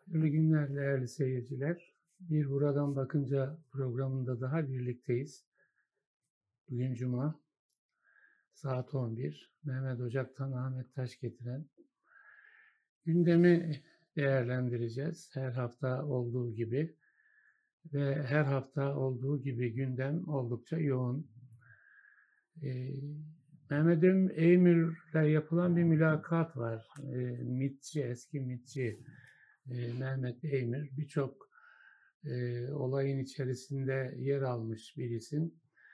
Hayırlı günler değerli seyirciler. Bir Buradan Bakınca programında daha birlikteyiz. Bugün Cuma, saat 11. Mehmet Ocak'tan Ahmet Taş getiren gündemi değerlendireceğiz. Her hafta olduğu gibi ve her hafta olduğu gibi gündem oldukça yoğun. Mehmet Eymir'le yapılan bir mülakat var. Eski MİTçi Mehmet Eymir birçok olayın içerisinde yer almış bir isim.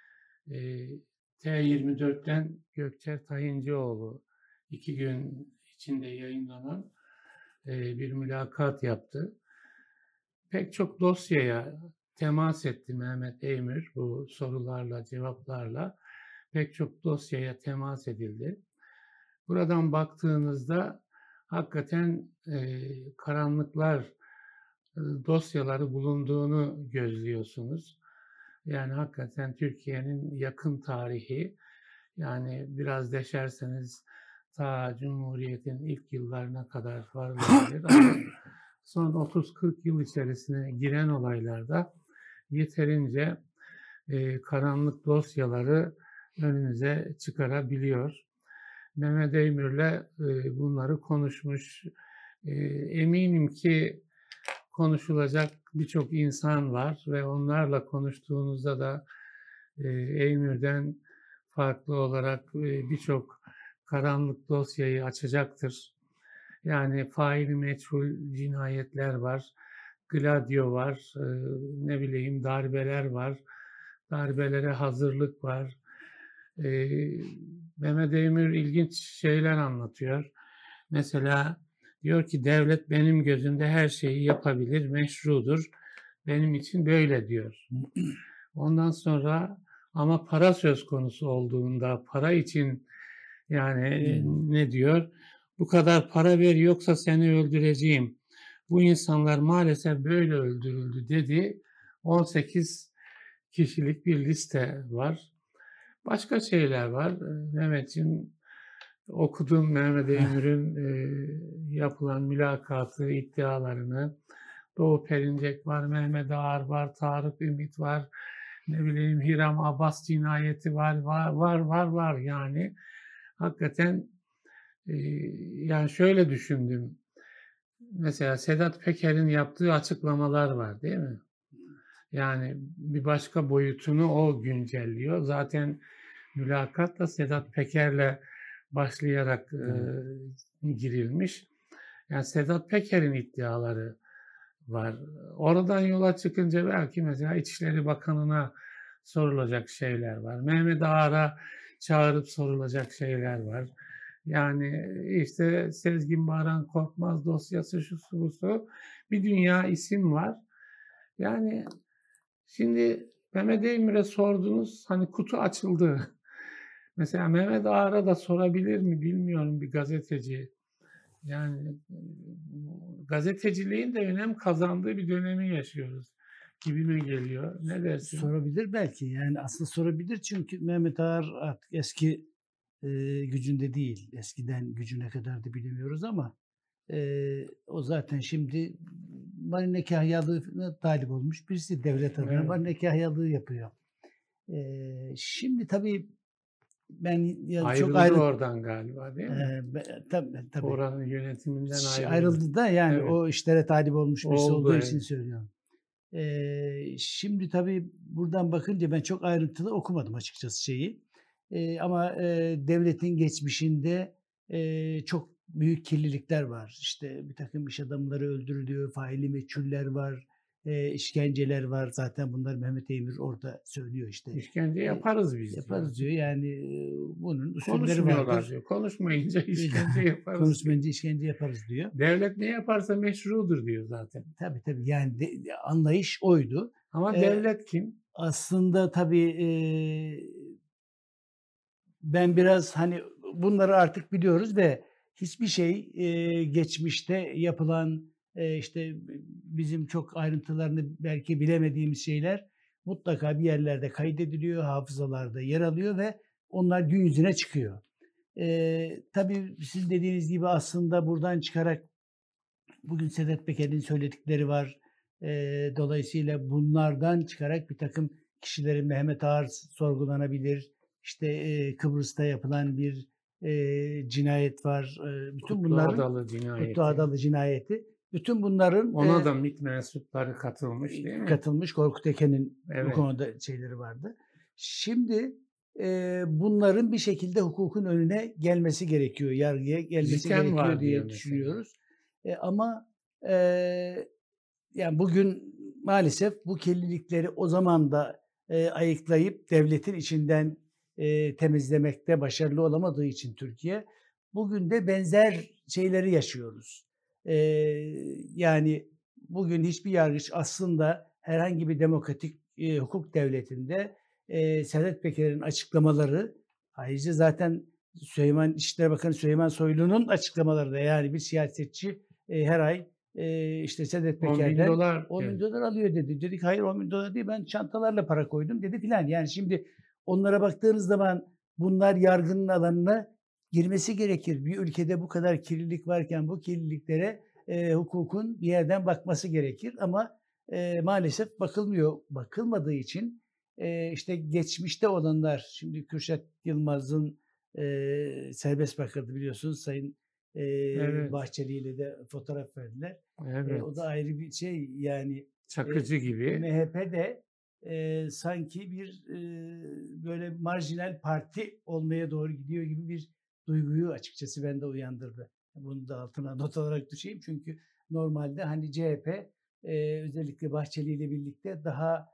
T24'ten Gökçer Tayincioğlu 2 gün içinde yayınlanan bir mülakat yaptı. Pek çok dosyaya temas etti Mehmet Eymir bu sorularla, cevaplarla. Pek çok dosyaya temas edildi. Buradan baktığınızda hakikaten karanlıklar dosyaları bulunduğunu gözlüyorsunuz. Yani hakikaten Türkiye'nin yakın tarihi, yani biraz deşerseniz ta Cumhuriyet'in ilk yıllarına kadar varılabilir ama son 30-40 yıl içerisine giren olaylarda yeterince karanlık dosyaları önümüze çıkarabiliyor. Mehmet Eymir'le bunları konuşmuş. Eminim ki konuşulacak birçok insan var ve onlarla konuştuğunuzda da Eymir'den farklı olarak birçok karanlık dosyayı açacaktır. Yani faili meçhul cinayetler var, Gladio var, ne bileyim darbeler var, darbelere hazırlık var. Mehmet Eymir ilginç şeyler anlatıyor. Mesela diyor ki devlet benim gözümde her şeyi yapabilir, meşrudur. Benim için böyle diyor. Ondan sonra ama para söz konusu olduğunda para için yani ne diyor? Bu kadar para ver yoksa seni öldüreceğim. Bu insanlar maalesef böyle öldürüldü dedi. 18 kişilik bir liste var. Başka şeyler var. Mehmetciğim, okudum Mehmet Eymir'in yapılan mülakatı, iddialarını. Doğu Perinçek var, Mehmet Ağar var, Tarık Ümit var, ne bileyim Hiram Abbas cinayeti var yani. Hakikaten yani şöyle düşündüm. Mesela Sedat Peker'in yaptığı açıklamalar var değil mi? Yani bir başka boyutunu o güncelliyor. Zaten mülakat da Sedat Peker'le başlayarak girilmiş. Yani Sedat Peker'in iddiaları var. Oradan yola çıkınca belki mesela İçişleri Bakanı'na sorulacak şeyler var. Mehmet Ağar'a çağırıp sorulacak şeyler var. Yani işte Sezgin Baran Korkmaz dosyası, şusu busu, bir dünya isim var. Yani şimdi Mehmet Eymür'e sordunuz, hani kutu açıldı. Mesela Mehmet Ağar'a da sorabilir mi bilmiyorum bir gazeteci. Yani gazeteciliğin de önem kazandığı bir dönemi yaşıyoruz gibime geliyor. Ne dersin? Sorabilir belki. Yani aslında sorabilir çünkü Mehmet Ağar artık eski gücünde değil. Eskiden gücü ne kadardı bilemiyoruz ama o zaten şimdi marine kahyalığına talip olmuş birisi. Devlet adına Evet. marine kahyalığı yapıyor. Şimdi tabii ben çok Ayrıldı oradan galiba değil mi? tabii. Oranın yönetiminden ayrıldı. Ayrıldı da yani Evet. o işlere talip olmuş birisi Oldu, olduğu evet. için söylüyorum. Şimdi tabii buradan bakınca ben çok ayrıntılı okumadım açıkçası şeyi. Ama devletin geçmişinde çok büyük kirlilikler var. İşte birtakım iş adamları öldürülüyor, faili meçhuller var, işkenceler var. Zaten bunları Mehmet Eymür orada söylüyor işte. İşkence yaparız biz diyor. Yaparız diyor. Yani bunun usulleri Konuşmuyorlar vardır. diyor. Konuşmayınca işkence yaparız diyor. Konuşmayınca işkence yaparız diyor. Devlet ne yaparsa meşrudur diyor zaten. Tabii yani anlayış oydu. Ama devlet kim? Aslında tabii ben biraz hani bunları artık biliyoruz ve hiçbir şey geçmişte yapılan işte bizim çok ayrıntılarını belki bilemediğimiz şeyler mutlaka bir yerlerde kaydediliyor, hafızalarda yer alıyor ve onlar gün yüzüne çıkıyor. Tabii sizin dediğiniz gibi aslında buradan çıkarak bugün Sedat Peker'in söyledikleri var. Dolayısıyla bunlardan çıkarak bir takım kişilerin Mehmet Ağar sorgulanabilir. İşte Kıbrıs'ta yapılan bir cinayet var. Bütün Kutlu bunların Adalı Kutlu cinayeti. Adalı cinayeti. Bütün bunların Ona da MİT mensupları katılmış değil mi? katılmış. Korkut Eken'in bu Evet. konuda şeyleri vardı. Şimdi bunların bir şekilde hukukun önüne gelmesi gerekiyor, yargıya gelmesi Ziken gerekiyor var diyor diye mesela. düşünüyoruz. Ama yani bugün maalesef bu kirlilikleri o zaman da ayıklayıp devletin içinden temizlemekte başarılı olamadığı için Türkiye, bugün de benzer şeyleri yaşıyoruz. Yani bugün hiçbir yargıç aslında herhangi bir demokratik hukuk devletinde Sedat Peker'in açıklamaları, ayrıca zaten İçişleri Bakanı Süleyman Soylu'nun açıklamaları da, yani bir siyasetçi her ay işte Sedat 10 bin Peker'den dolar. 10 bin Evet. dolar alıyor dedi. Dedik hayır 10 bin dolar değil, ben çantalarla para koydum dedi filan. Yani şimdi onlara baktığınız zaman bunlar yargının alanına girmesi gerekir. Bir ülkede bu kadar kirlilik varken bu kirliliklere hukukun bir yerden bakması gerekir. Ama maalesef bakılmıyor. Bakılmadığı için işte geçmişte olanlar, şimdi Kürşat Yılmaz'ın serbest bırakıldı biliyorsunuz. Sayın Evet. Bahçeli ile de fotoğraf verdiler. Evet. O da ayrı bir şey, yani Çakıcı gibi. MHP'de sanki bir böyle marjinal parti olmaya doğru gidiyor gibi bir duyguyu açıkçası bende uyandırdı. Bunu da altına not olarak düşeyim, çünkü normalde hani CHP özellikle Bahçeli ile birlikte daha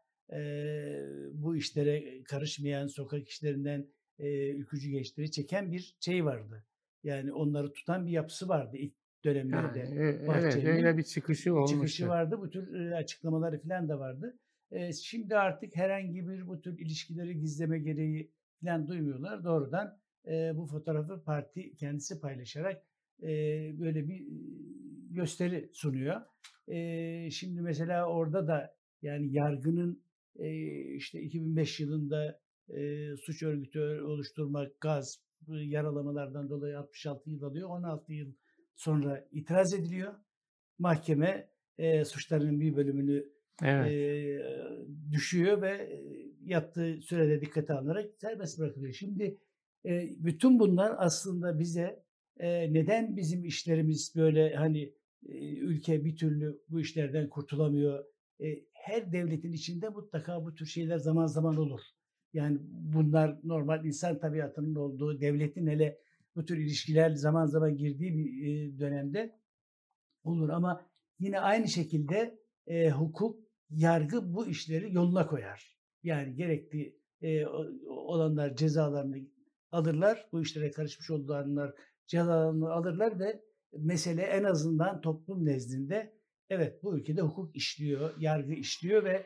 bu işlere karışmayan, sokak işlerinden ülkücü gençleri çeken bir şey vardı. Yani onları tutan bir yapısı vardı ilk dönemleri de. Yani, evet, Bahçeli'nin öyle bir çıkışı olmuştu. vardı. Bu tür açıklamaları falan da vardı. Şimdi artık herhangi bir bu tür ilişkileri gizleme gereği falan duymuyorlar. Doğrudan bu fotoğrafı parti kendisi paylaşarak böyle bir gösteri sunuyor. Şimdi mesela orada da yani yargının işte 2005 yılında suç örgütü oluşturmak, gasp, yaralamalardan dolayı 66 yıl alıyor. 16 yıl sonra itiraz ediliyor. Mahkeme suçlarının bir bölümünü Evet. düşüyor ve yattığı sürede dikkate alınarak serbest bırakılıyor. Şimdi bütün bunlar aslında bize neden bizim işlerimiz böyle, hani ülke bir türlü bu işlerden kurtulamıyor? Her devletin içinde mutlaka bu tür şeyler zaman zaman olur. Yani bunlar normal insan tabiatının olduğu, devletin hele bu tür ilişkiler zaman zaman girdiği bir dönemde olur, ama yine aynı şekilde hukuk, yargı bu işleri yoluna koyar. Yani gerekli olanlar cezalarını alırlar, bu işlere karışmış olanlar cezalarını alırlar ve mesele en azından toplum nezdinde evet bu ülkede hukuk işliyor, yargı işliyor ve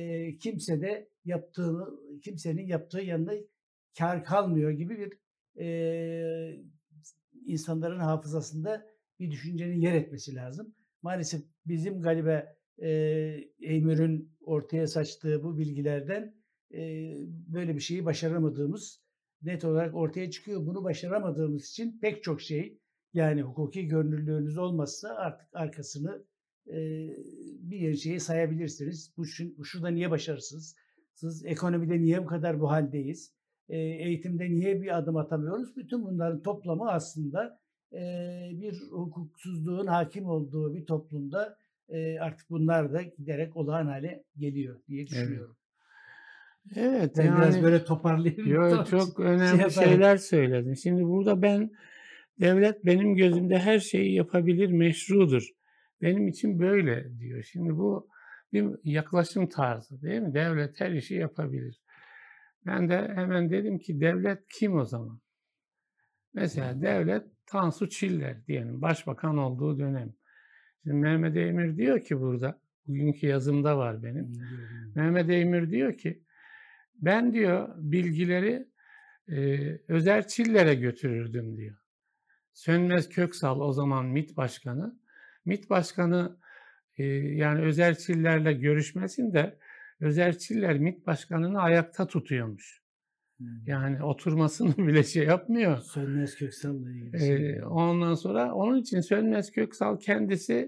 kimsenin yaptığı yanında kar kalmıyor gibi bir insanların hafızasında bir düşüncenin yer etmesi lazım. Maalesef bizim galiba Eymür'ün ortaya saçtığı bu bilgilerden böyle bir şeyi başaramadığımız net olarak ortaya çıkıyor. Bunu başaramadığımız için pek çok şey, yani hukuki görünürlüğünüz olmazsa artık arkasını bir şeyi sayabilirsiniz. Şurada niye başarısız? Ekonomide niye bu kadar bu haldeyiz? Eğitimde niye bir adım atamıyoruz? Bütün bunların toplamı aslında bir hukuksuzluğun hakim olduğu bir toplumda artık bunlar da giderek olağan hale geliyor diye düşünüyorum. Evet, Ben yani biraz böyle toparlayayım. çok önemli şeyler söyledin. Şimdi burada devlet benim gözümde her şeyi yapabilir, meşrudur. Benim için böyle diyor. Şimdi bu bir yaklaşım tarzı değil mi? Devlet her işi yapabilir. Ben de hemen dedim ki devlet kim o zaman? Mesela devlet Tansu Çiller diyelim, başbakan olduğu dönem. Şimdi Mehmet Eymür diyor ki burada, bugünkü yazımda var benim. Mehmet Eymür diyor ki, ben diyor bilgileri özerçillere götürürdüm diyor. Sönmez Köksal o zaman MİT Başkanı. MİT Başkanı yani özerçillerle görüşmesin de özerçiller MİT Başkanı'nı ayakta tutuyormuş. Yani oturmasını bile şey yapmıyor. Sönmez Köksal'la ilgili. Ondan sonra onun için Sönmez Köksal kendisi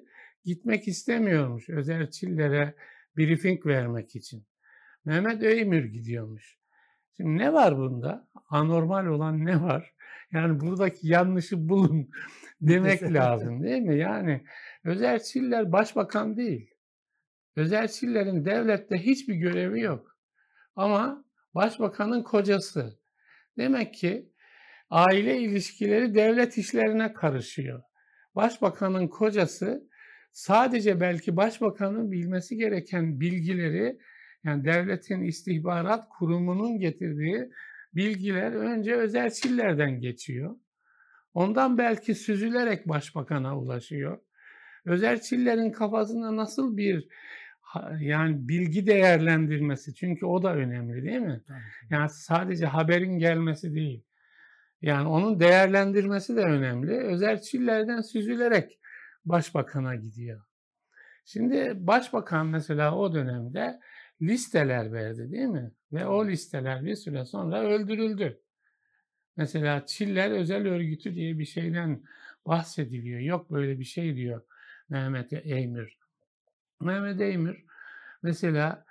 gitmek istemiyormuş özerçillere briefing vermek için. Mehmet Öymür gidiyormuş. Şimdi ne var bunda? Anormal olan ne var? Yani buradaki yanlışı bulun demek lazım değil mi? Yani özerçiller başbakan değil. Özerçillerin devlette hiçbir görevi yok. Ama başbakanın kocası. Demek ki aile ilişkileri devlet işlerine karışıyor. Başbakanın kocası sadece belki başbakanın bilmesi gereken bilgileri, yani devletin istihbarat kurumunun getirdiği bilgiler önce özerçillerden geçiyor. Ondan belki süzülerek başbakana ulaşıyor. Özerçillerin kafasında nasıl bir yani bilgi değerlendirmesi, çünkü o da önemli değil mi? Yani sadece haberin gelmesi değil. Yani onun değerlendirmesi de önemli. Özerçillerden süzülerek başbakana gidiyor. Şimdi başbakan mesela o dönemde listeler verdi değil mi? Ve o listeler bir süre sonra öldürüldü. Mesela Çiller Özel Örgütü diye bir şeyden bahsediliyor. Yok böyle bir şey diyor Mehmet Eymür. Mehmet Eymür mesela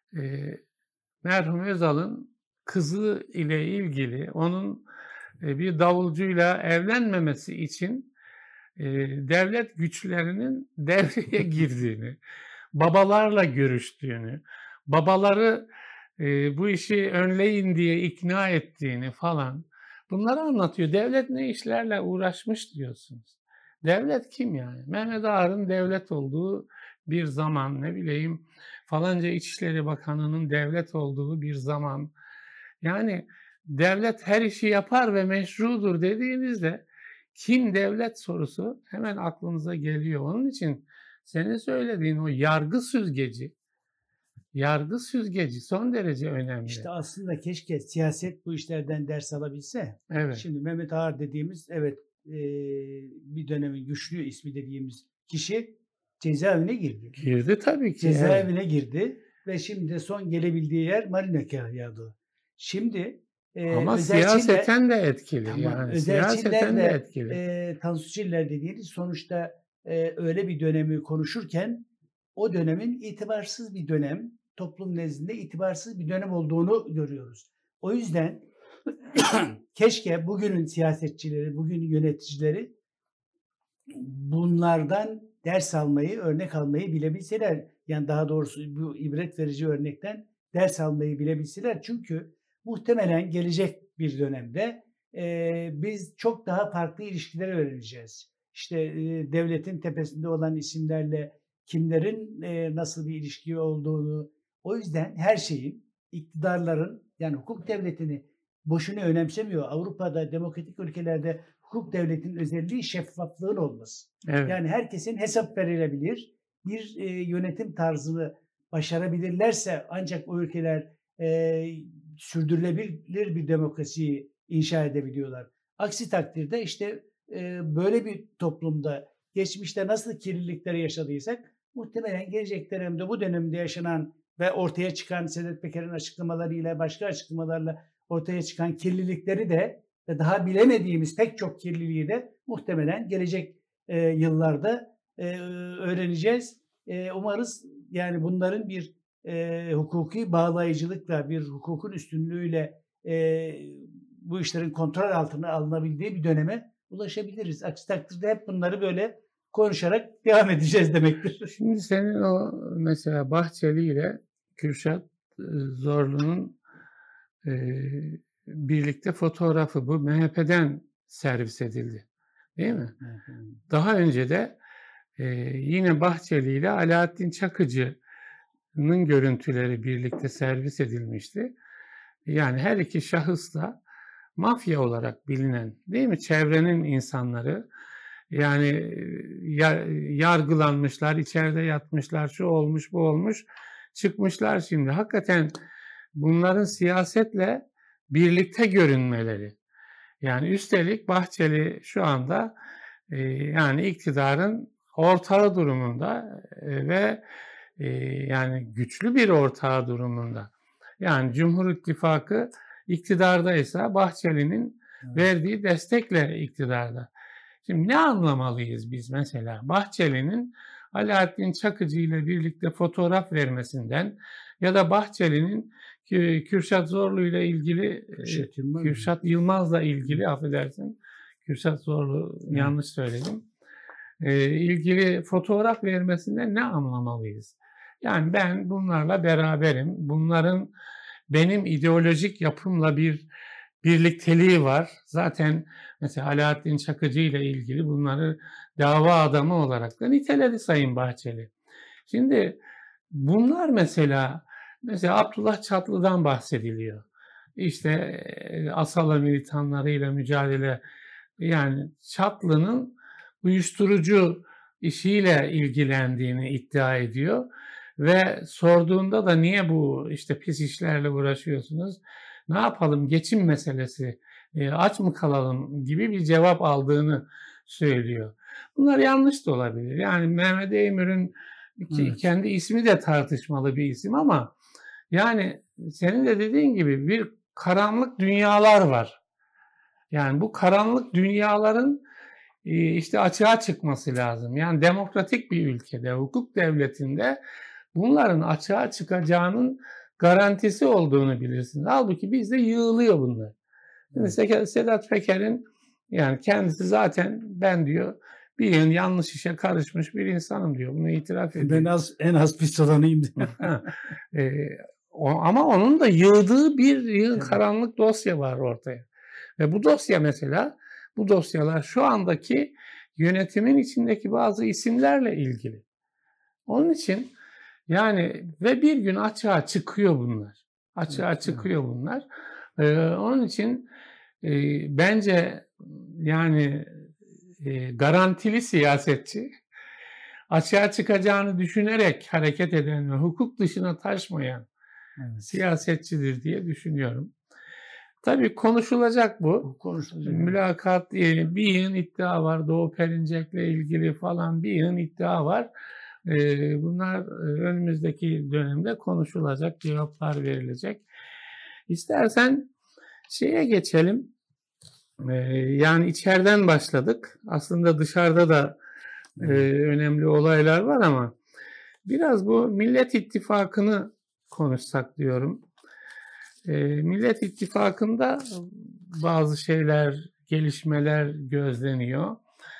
merhum Özal'ın kızı ile ilgili onun bir davulcuyla evlenmemesi için devlet güçlerinin devreye girdiğini, babalarla görüştüğünü, babaları bu işi önleyin diye ikna ettiğini falan bunları anlatıyor. Devlet ne işlerle uğraşmış diyorsunuz. Devlet kim yani? Mehmet Ağar'ın devlet olduğu bir zaman, ne bileyim falanca İçişleri Bakanı'nın devlet olduğu bir zaman. Yani devlet her işi yapar ve meşrudur dediğinizde kim devlet sorusu hemen aklınıza geliyor. Onun için senin söylediğin o yargı süzgeci son derece önemli. İşte aslında keşke siyaset bu işlerden ders alabilse. Evet. Şimdi Mehmet Ağar dediğimiz, evet, bir dönemin güçlü ismi dediğimiz kişi cezaevine girdi. Girdi tabii ki. Cezaevine girdi ve şimdi de son gelebildiği yer Marinak'a yağdı. Şimdi ama siyaseten de etkili. Tamam, Yani siyaseten de etkili. Tansu Çiller dediğiniz sonuçta öyle bir dönemi konuşurken o dönemin itibarsız bir dönem, toplum nezdinde itibarsız bir dönem olduğunu görüyoruz. O yüzden keşke bugünün siyasetçileri, bugünün yöneticileri bunlardan ders almayı, örnek almayı bilebilseler. Yani daha doğrusu bu ibret verici örnekten ders almayı bilebilseler. Çünkü muhtemelen gelecek bir dönemde biz çok daha farklı ilişkiler öğreneceğiz. İşte devletin tepesinde olan isimlerle kimlerin nasıl bir ilişki olduğunu, o yüzden her şeyin, iktidarların, yani hukuk devletini boşuna önemsemiyor. Avrupa'da, demokratik ülkelerde hukuk devletinin özelliği şeffaflığın olması. Evet. Yani herkesin hesap verilebilir bir yönetim tarzını başarabilirlerse ancak o ülkeler sürdürülebilir bir demokrasiyi inşa edebiliyorlar. Aksi takdirde işte böyle bir toplumda geçmişte nasıl kirlilikleri yaşadıysak muhtemelen gelecek dönemde bu dönemde yaşanan ve ortaya çıkan Sedat Peker'in açıklamalarıyla, başka açıklamalarla ortaya çıkan kirlilikleri de ve daha bilemediğimiz pek çok kirliliği de muhtemelen gelecek yıllarda öğreneceğiz. Umarız yani bunların bir hukuki bağlayıcılıkla, bir hukukun üstünlüğüyle bu işlerin kontrol altına alınabildiği bir döneme ulaşabiliriz. Aksi takdirde hep bunları böyle konuşarak devam edeceğiz demektir. Şimdi senin o mesela Bahçeli ile Kürşat Zorlu'nun birlikte fotoğrafı bu MHP'den servis edildi. Değil mi? Daha önce de yine Bahçeli ile Alaaddin Çakıcı'nın görüntüleri birlikte servis edilmişti. Yani her iki şahıs da mafya olarak bilinen, değil mi? Çevrenin insanları. Yani yargılanmışlar, içeride yatmışlar, şu olmuş, bu olmuş, çıkmışlar şimdi. Hakikaten bunların siyasetle birlikte görünmeleri. Yani üstelik Bahçeli şu anda yani iktidarın ortağı durumunda ve yani güçlü bir ortağı durumunda. Yani Cumhur İttifakı iktidardaysa Bahçeli'nin verdiği destekle iktidarda. Şimdi ne anlamalıyız biz mesela? Bahçeli'nin Alaaddin Çakıcı ile birlikte fotoğraf vermesinden ya da Bahçeli'nin Kürşat Zorlu ile ilgili, Kürşat Yılmaz'la ilgili, affedersin, Kürşat Zorlu yanlış söyledim, ilgili fotoğraf vermesinden ne anlamalıyız? Yani ben bunlarla beraberim. Bunların benim ideolojik yapımla bir birlikteliği var. Zaten mesela Alaaddin Çakıcı ile ilgili bunları dava adamı olarak da niteledi Sayın Bahçeli. Şimdi bunlar mesela Abdullah Çatlı'dan bahsediliyor. İşte Asala militanlarıyla mücadele, yani Çatlı'nın uyuşturucu işiyle ilgilendiğini iddia ediyor ve sorduğunda da niye bu işte pis işlerle uğraşıyorsunuz? Ne yapalım, geçim meselesi, aç mı kalalım gibi bir cevap aldığını söylüyor. Bunlar yanlış da olabilir. Yani Mehmet Eymür'ün kendi ismi de tartışmalı bir isim ama yani senin de dediğin gibi bir karanlık dünyalar var. Yani bu karanlık dünyaların işte açığa çıkması lazım. Yani demokratik bir ülkede, hukuk devletinde bunların açığa çıkacağının garantisi olduğunu bilirsiniz. Halbuki bizde yığılıyor bunlar. Şimdi Sedat Peker'in, yani kendisi zaten ben diyor bir yıl yanlış işe karışmış bir insanım diyor. Bunu itiraf ediyor. Ben en az pis olanıyım diyor. Ama onun da yığdığı bir yığın karanlık dosya var ortaya. Ve bu dosya mesela, bu dosyalar şu andaki yönetimin içindeki bazı isimlerle ilgili. Onun için yani ve bir gün açığa çıkıyor bunlar. Açığa çıkıyor bunlar. Onun için bence yani garantili siyasetçi, açığa çıkacağını düşünerek hareket eden ve hukuk dışına taşmayan siyasetçidir diye düşünüyorum. Tabii konuşulacak bu. Mülakat, bir yığın iddia var. Doğu Perinçek'le ilgili falan bir yığın iddia var. Bunlar önümüzdeki dönemde konuşulacak, cevaplar verilecek. İstersen şeye geçelim. Yani içeriden başladık. Aslında dışarıda da önemli olaylar var ama biraz bu Millet İttifakı'nı konuşsak diyorum. Millet İttifakı'nda bazı şeyler, gelişmeler gözleniyor.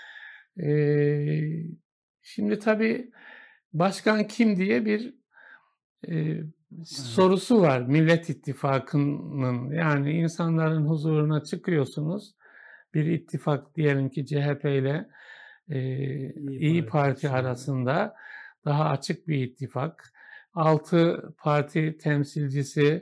Şimdi tabii başkan kim diye bir sorusu var Millet İttifakı'nın. Yani insanların huzuruna çıkıyorsunuz. Bir ittifak diyelim ki CHP ile İYİ Parti arasında daha açık bir ittifak. 6 parti temsilcisi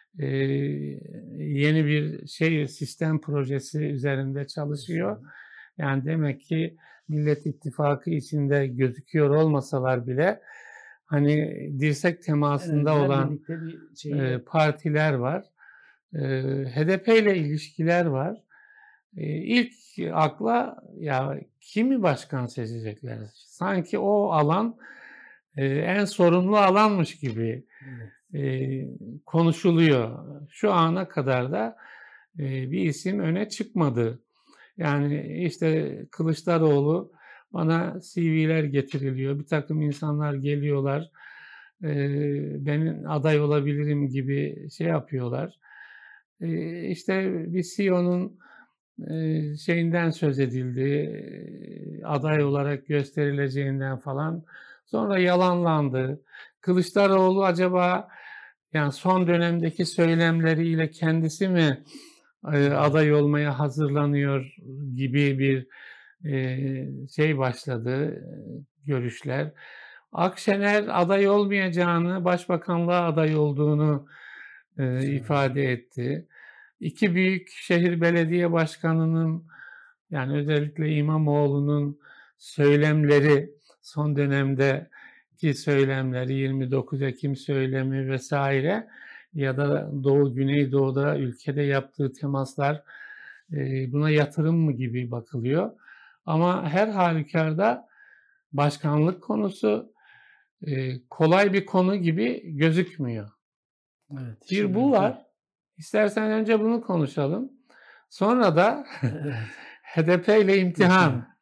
yeni bir sistem projesi üzerinde çalışıyor. Yani demek ki Millet İttifakı içinde gözüküyor olmasalar bile hani dirsek temasında olan partiler var. HDP ile ilişkiler var. İlk akla ya kimi başkan seçecekler? Sanki o alan en sorumlu alanmış gibi konuşuluyor. Şu ana kadar da bir isim öne çıkmadı. Yani işte Kılıçdaroğlu, bana CV'ler getiriliyor. Bir takım insanlar geliyorlar. Ben aday olabilirim gibi şey yapıyorlar. İşte bir CEO'nun şeyinden söz edildi. Aday olarak gösterileceğinden falan. Sonra yalanlandı. Kılıçdaroğlu acaba yani son dönemdeki söylemleriyle kendisi mi aday olmaya hazırlanıyor gibi bir şey başladı, görüşler. Akşener aday olmayacağını, başbakanlığa aday olduğunu ifade etti. İki büyük şehir belediye başkanının, yani özellikle İmamoğlu'nun söylemleri, son dönemdeki söylemleri, 29 Ekim söylemi vesaire ya da Doğu Güneydoğu'da ülkede yaptığı temaslar buna yatırım mı gibi bakılıyor. Ama her halükarda başkanlık konusu kolay bir konu gibi gözükmüyor. Evet, bir bu var. İstersen önce bunu konuşalım. Sonra da HDP ile imtihan.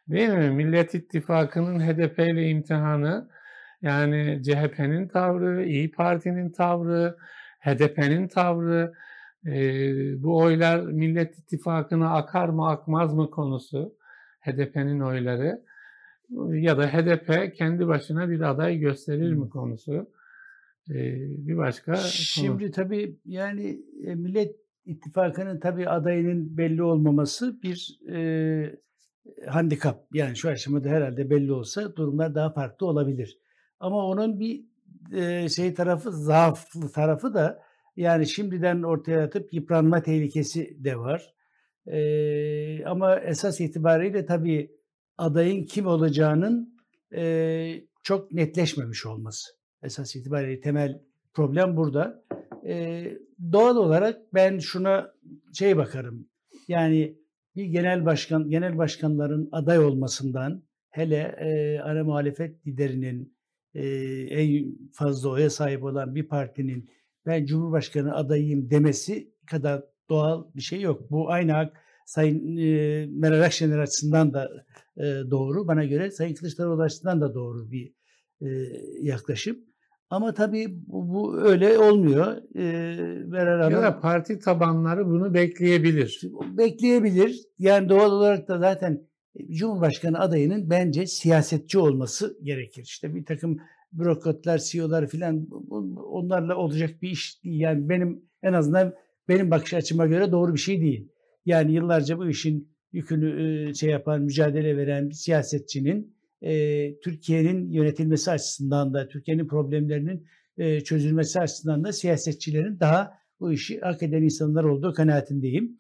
Değil mi? Millet İttifakı'nın HDP ile imtihanı, yani CHP'nin tavrı, İyi Parti'nin tavrı, HDP'nin tavrı, bu oylar Millet İttifakı'na akar mı akmaz mı konusu, HDP'nin oyları ya da HDP kendi başına bir aday gösterir mi konusu, bir başka konu. Şimdi tabii yani Millet İttifakı'nın tabii adayının belli olmaması bir handikap. Yani şu aşamada herhalde belli olsa durumlar daha farklı olabilir. Ama onun bir şey tarafı, zaaflı tarafı da yani şimdiden ortaya atıp yıpranma tehlikesi de var. Ama esas itibariyle tabii adayın kim olacağının çok netleşmemiş olması. Esas itibariyle temel problem burada. Doğal olarak ben şuna bakarım. Yani bir genel başkanların aday olmasından hele ana muhalefet liderinin en fazla oya sahip olan bir partinin ben Cumhurbaşkanı adayıyım demesi kadar doğal bir şey yok. Bu aynı Sayın Meral Akşener açısından da doğru. Bana göre Sayın Kılıçdaroğlu açısından da doğru bir yaklaşım. Ama tabii bu öyle olmuyor. Meral Hanım, ya da parti tabanları bunu bekleyebilir. Bekleyebilir. Yani doğal olarak da zaten Cumhurbaşkanı adayının bence siyasetçi olması gerekir. İşte bir takım bürokratlar, CEO'lar filan onlarla olacak bir iş değil. Yani en azından benim bakış açıma göre doğru bir şey değil. Yani yıllarca bu işin yükünü mücadele veren bir siyasetçinin Türkiye'nin yönetilmesi açısından da, Türkiye'nin problemlerinin çözülmesi açısından da siyasetçilerin daha bu işi hak eden insanlar olduğu kanaatindeyim.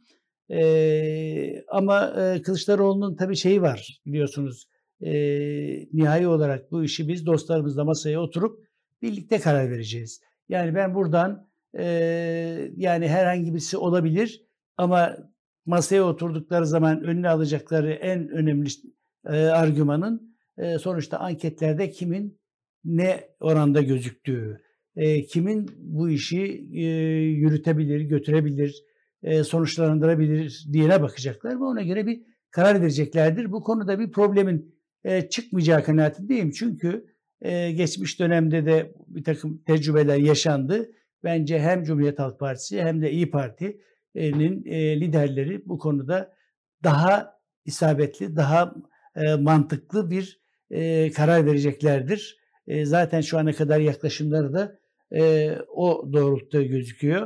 Ama Kılıçdaroğlu'nun tabii şeyi var biliyorsunuz. Nihai olarak bu işi biz dostlarımızla masaya oturup birlikte karar vereceğiz. Yani ben buradan yani herhangi birisi olabilir ama masaya oturdukları zaman önüne alacakları en önemli argümanın sonuçta anketlerde kimin ne oranda gözüktüğü, kimin bu işi yürütebilir, götürebilir, sonuçlandırabilir diyene bakacaklar ve ona göre bir karar vereceklerdir. Bu konuda bir problemin çıkmayacağı kanaatindeyim. Çünkü geçmiş dönemde de bir takım tecrübeler yaşandı. Bence hem Cumhuriyet Halk Partisi hem de İyi Parti'nin liderleri bu konuda daha isabetli, daha mantıklı bir karar vereceklerdir. Zaten şu ana kadar yaklaşımları da o doğrultuda gözüküyor.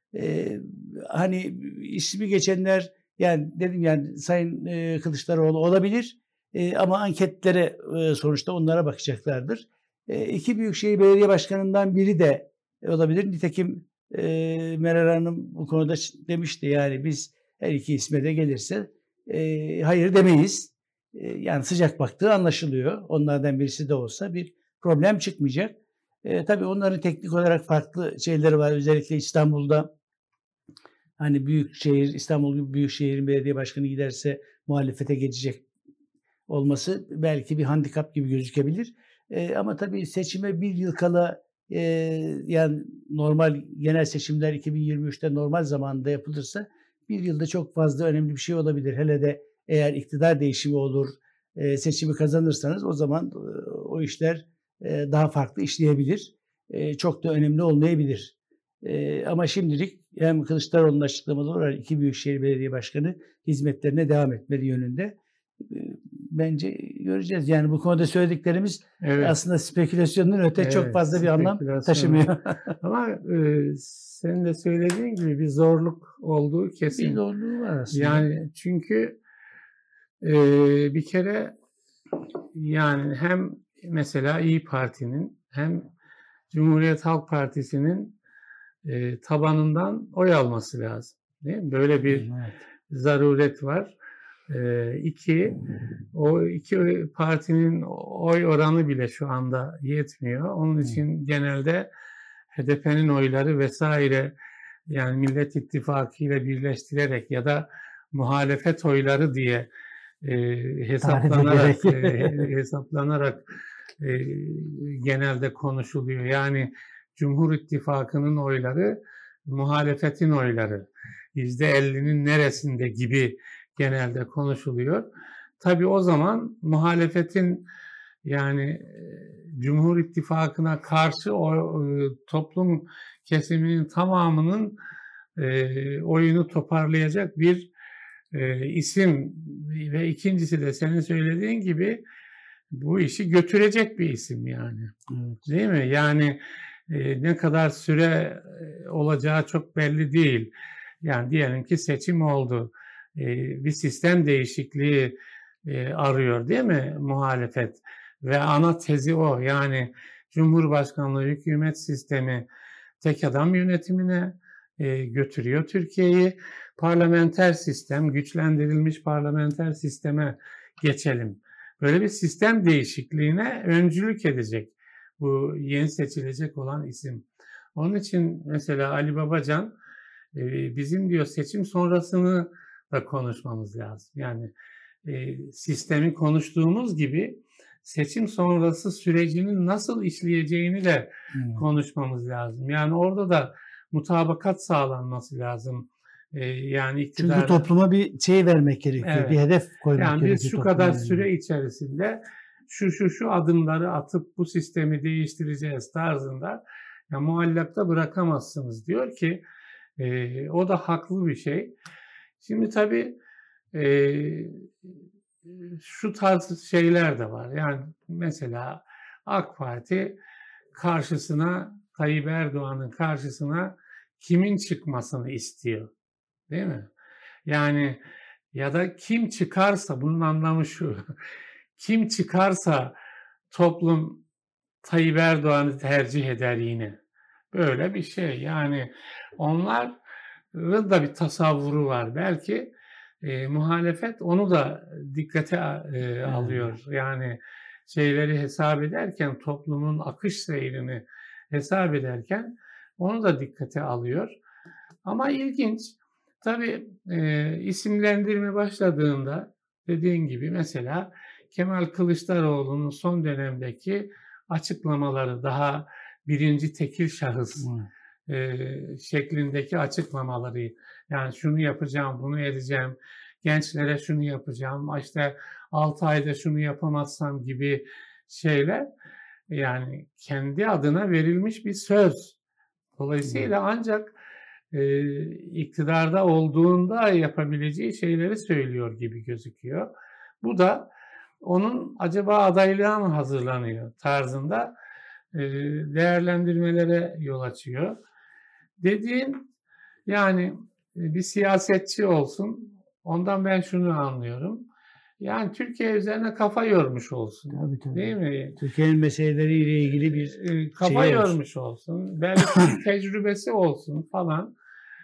Hani ismi geçenler yani dedim yani Sayın Kılıçdaroğlu olabilir ama anketlere sonuçta onlara bakacaklardır. İki büyükşehir belediye başkanından biri de olabilir. Nitekim Meral Hanım bu konuda demişti yani biz her iki isme de gelirse hayır demeyiz. Yani sıcak baktığı anlaşılıyor. Onlardan birisi de olsa bir problem çıkmayacak. Tabii onların teknik olarak farklı şeyleri var. Özellikle İstanbul'da hani İstanbul gibi büyük şehrin belediye başkanı giderse muhalefete geçecek olması belki bir handikap gibi gözükebilir. Ama tabii seçime bir yıl kala yani normal genel seçimler 2023'te normal zamanında yapılırsa bir yılda çok fazla önemli bir şey olabilir. Hele de eğer iktidar değişimi olur, seçimi kazanırsanız o zaman o işler daha farklı işleyebilir. Çok da önemli olmayabilir. Ama şimdilik hem Kılıçdaroğlu'nun açıklamaları var, iki büyükşehir belediye başkanı hizmetlerine devam etmeli yönünde. Bence göreceğiz. Yani bu konuda söylediklerimiz aslında spekülasyonun öte çok fazla bir anlam taşımıyor. Ama senin de söylediğin gibi bir zorluk olduğu kesin. Bir zorluğu var aslında. Yani çünkü bir kere yani hem mesela İyi Parti'nin hem Cumhuriyet Halk Partisi'nin tabanından oy alması lazım. Değil mi? Böyle bir zaruret var. O iki partinin oy oranı bile şu anda yetmiyor. Onun için genelde HDP'nin oyları vesaire yani Millet İttifakı ile birleştirerek ya da muhalefet oyları diye hesaplanarak genelde konuşuluyor. Yani Cumhur İttifakı'nın oyları muhalefetin oyları %50'nin neresinde gibi genelde konuşuluyor. tabii o zaman muhalefetin yani Cumhur İttifakı'na karşı o toplum kesiminin tamamının oyunu toparlayacak bir isim ve ikincisi de senin söylediğin gibi bu işi götürecek bir isim yani. Evet. Değil mi? Yani ne kadar süre olacağı çok belli değil. Yani diyelim ki seçim oldu. Bir sistem değişikliği arıyor değil mi muhalefet? Ve ana tezi o. Yani Cumhurbaşkanlığı hükümet sistemi tek adam yönetimine götürüyor Türkiye'yi. Parlamenter sistem, güçlendirilmiş parlamenter sisteme geçelim. Böyle bir sistem değişikliğine öncülük edecek bu yeni seçilecek olan isim. Onun için mesela Ali Babacan bizim diyor seçim sonrasını da konuşmamız lazım. Yani sistemi konuştuğumuz gibi seçim sonrası sürecinin nasıl işleyeceğini de konuşmamız lazım. Yani orada da mutabakat sağlanması lazım. Yani iktidara... Çünkü topluma bir şey vermek gerekiyor, evet, bir hedef koymak yani gerekiyor. biz şu kadar süre içerisinde şu adımları atıp bu sistemi değiştireceğiz tarzında ya muallakta bırakamazsınız diyor ki o da haklı bir şey. Şimdi tabii şu tarz şeyler de var. Yani mesela AK Parti karşısına Tayyip Erdoğan'ın karşısına kimin çıkmasını istiyor? Değil mi? Yani ya da kim çıkarsa bunun anlamı şu. Kim çıkarsa toplum Tayyip Erdoğan'ı tercih eder yine. Böyle bir şey. Yani onların da bir tasavvuru var. Belki muhalefet onu da dikkate alıyor. Yani şeyleri hesap ederken, toplumun akış seyrini hesap ederken onu da dikkate alıyor. Ama ilginç. Tabii isimlendirme başladığında dediğin gibi mesela Kemal Kılıçdaroğlu'nun son dönemdeki açıklamaları daha birinci tekil şahıs şeklindeki açıklamaları yani şunu yapacağım, bunu edeceğim, gençlere şunu yapacağım, işte 6 ayda şunu yapamazsam gibi şeyler yani kendi adına verilmiş bir söz. Dolayısıyla ancak iktidarda olduğunda yapabileceği şeyleri söylüyor gibi gözüküyor. Bu da onun acaba adaylığa mı hazırlanıyor tarzında değerlendirmelere yol açıyor. Dediğin yani bir siyasetçi olsun ondan ben şunu anlıyorum. Yani Türkiye üzerine kafa yormuş olsun. Tabii. Değil mi? Türkiye'nin meseleleriyle ilgili bir kafa yormuş olsun. Belki bir tecrübesi olsun falan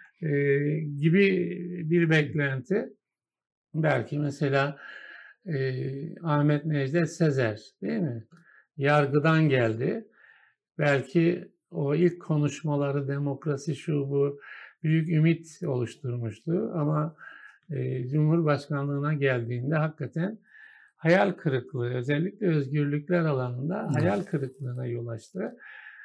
gibi bir beklenti. Belki mesela Ahmet Necdet Sezer değil mi? Yargıdan geldi. Belki o ilk konuşmaları demokrasi şu bu büyük ümit oluşturmuştu ama Cumhurbaşkanlığına geldiğinde hakikaten hayal kırıklığı, özellikle özgürlükler alanında hayal kırıklığına yol açtı.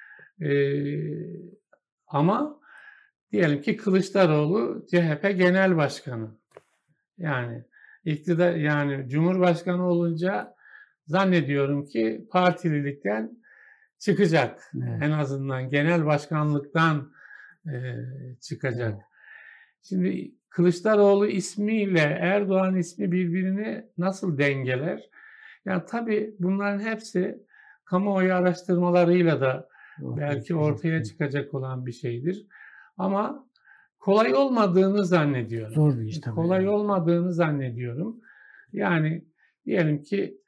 Ama diyelim ki Kılıçdaroğlu CHP Genel Başkanı. Yani iktidar yani Cumhurbaşkanı olunca zannediyorum ki partililikten çıkacak. Evet. En azından genel başkanlıktan çıkacak. Evet. Şimdi Kılıçdaroğlu ismiyle Erdoğan ismi birbirini nasıl dengeler? Yani tabii bunların hepsi kamuoyu araştırmalarıyla da belki ortaya çıkacak olan bir şeydir. Ama kolay olmadığını zannediyorum. Zor bir iş tabii. Kolay olmadığını zannediyorum. Yani diyelim ki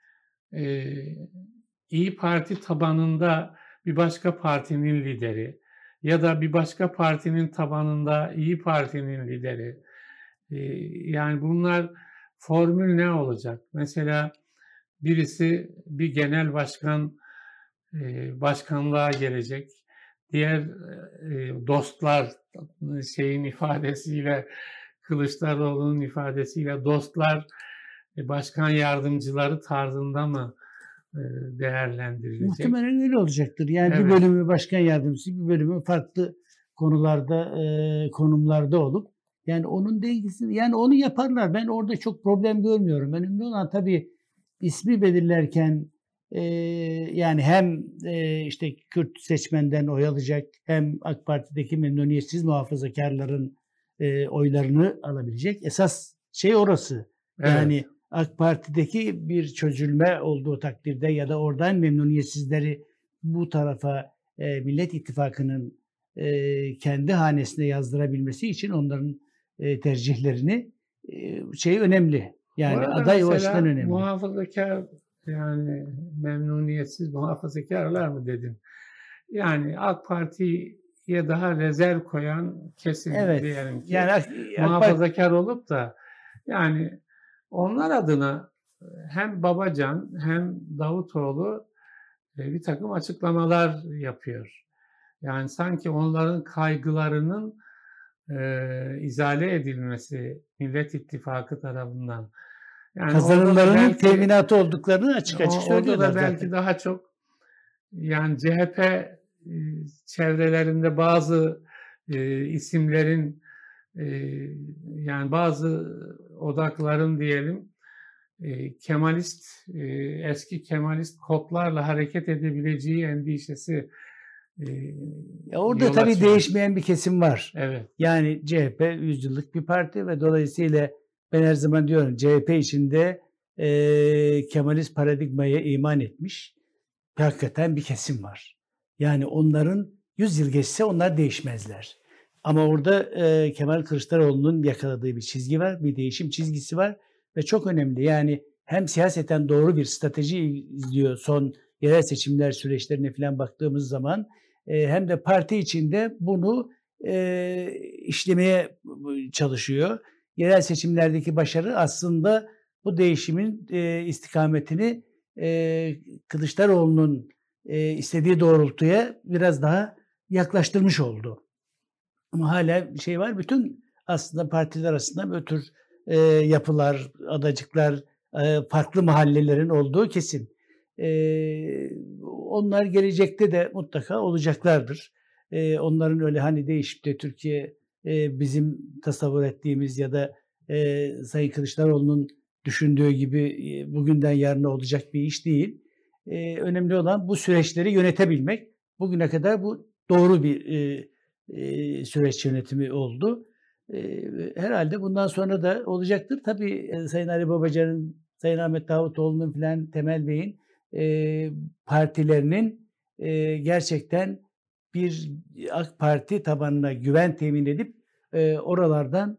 İyi Parti tabanında bir başka partinin lideri ya da bir başka partinin tabanında İyi Parti'nin lideri. Yani bunlar formül ne olacak? Mesela birisi bir genel başkan başkanlığa gelecek. Diğer dostlar şeyin ifadesiyle Kılıçdaroğlu'nun ifadesiyle dostlar başkan yardımcıları tarzında mı değerlendirilecek? Muhtemelen öyle olacaktır. Yani Evet. bir bölümü başkan yardımcısı, bir bölümü farklı konularda, konumlarda olup Yani onun dengesini, yani onu yaparlar. Ben orada çok problem görmüyorum. Önemli olan tabii ismi belirlerken yani hem işte Kürt seçmenden oy alacak, hem AK Parti'deki memnuniyetsiz muhafazakarların oylarını alabilecek. Esas şey orası. Evet. Yani AK Parti'deki bir çözülme olduğu takdirde ya da oradan memnuniyetsizleri bu tarafa Millet İttifakı'nın kendi hanesine yazdırabilmesi için onların tercihlerini şey önemli. Bu Yani arada aday o açıdan mesela önemli. muhafazakar, yani memnuniyetsiz muhafazakarlar mı dedin? Yani AK Parti'ye daha rezerv koyan kesim Evet. diyelim Yani ki AK Parti muhafazakar olup da yani onlar adına hem Babacan hem Davutoğlu bir takım açıklamalar yapıyor. Yani sanki onların kaygılarının izale edilmesi Millet İttifakı tarafından. Yani orada da kazanımlarının belki teminatı olduklarını açık açık orada söylüyorlar da belki zaten. daha çok yani CHP çevrelerinde bazı isimlerin yani bazı odakların diyelim Kemalist eski Kemalist kodlarla hareket edebileceği endişesi Ya orada yol tabii açıyor. değişmeyen bir kesim var. Evet. Yani CHP 100 yıllık bir parti ve dolayısıyla ben her zaman diyorum CHP içinde Kemalist paradigmaya iman etmiş hakikaten bir kesim var. Yani onların 100 yıl geçse onlar değişmezler. Ama orada Kemal Kılıçdaroğlu'nun yakaladığı bir çizgi var, bir değişim çizgisi var ve çok önemli. Yani hem siyaseten doğru bir strateji izliyor son yerel seçimler süreçlerine falan baktığımız zaman hem de parti içinde bunu işlemeye çalışıyor. Yerel seçimlerdeki başarı aslında bu değişimin istikametini Kılıçdaroğlu'nun istediği doğrultuya biraz daha yaklaştırmış oldu. Ama hala bir şey var. Bütün aslında partiler arasında böyle tür yapılar, adacıklar, farklı mahallelerin olduğu kesin. Onlar gelecekte de mutlaka olacaklardır. Onların öyle hani değişip de Türkiye bizim tasavvur ettiğimiz ya da Sayın Kılıçdaroğlu'nun düşündüğü gibi bugünden yarına olacak bir iş değil. Önemli olan bu süreçleri yönetebilmek. Bugüne kadar bu doğru bir süreç yönetimi oldu. Herhâlde bundan sonra da olacaktır. Tabii, Sayın Ali Babacan'ın, Sayın Ahmet Davutoğlu'nun filan, Temel Bey'in, partilerinin, gerçekten bir AK Parti tabanına güven temin edip, oralardan,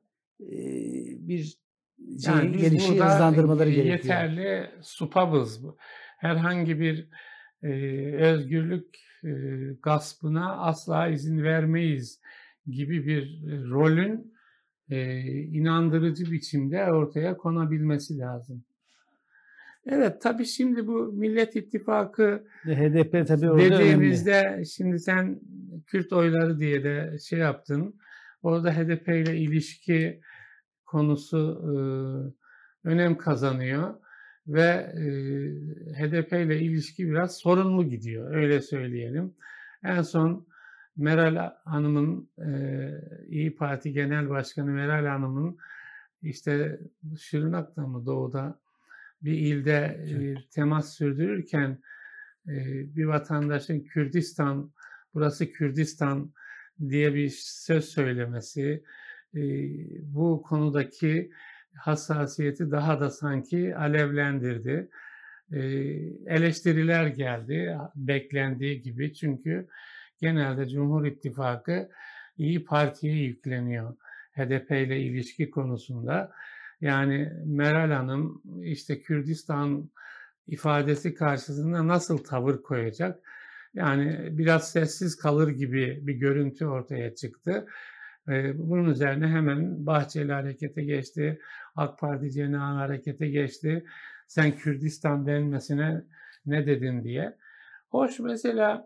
bir Yani şeyi, biz gelişi burada hızlandırmaları gerekiyor. yeterli supabız. Herhangi bir özgürlük gaspına asla izin vermeyiz gibi bir rolün inandırıcı biçimde ortaya konabilmesi lazım. Evet, tabii şimdi bu Millet İttifakı HDP tabii orada önemli. dediğimizde şimdi sen Kürt oyları diye de şey yaptın. Orada HDP ile ilişki konusu önem kazanıyor ve HDP ile ilişki biraz sorunlu gidiyor, öyle söyleyelim. En son Meral Hanım'ın, İyi Parti Genel Başkanı Meral Hanım'ın işte Şırnak'ta mı Doğu'da bir ilde temas sürdürürken bir vatandaşın Kürdistan, burası Kürdistan diye bir söz söylemesi, bu konudaki hassasiyeti daha da sanki alevlendirdi. Eleştiriler geldi, beklendiği gibi. Çünkü genelde Cumhur İttifakı İyi Parti'ye yükleniyor HDP ile ilişki konusunda. Yani Meral Hanım işte Kürdistan ifadesi karşısında nasıl tavır koyacak? Yani biraz sessiz kalır gibi bir görüntü ortaya çıktı. Bunun üzerine hemen Bahçeli harekete geçti. AK Parti cenahı harekete geçti. Sen Kürdistan denmesine ne dedin diye. Hoş mesela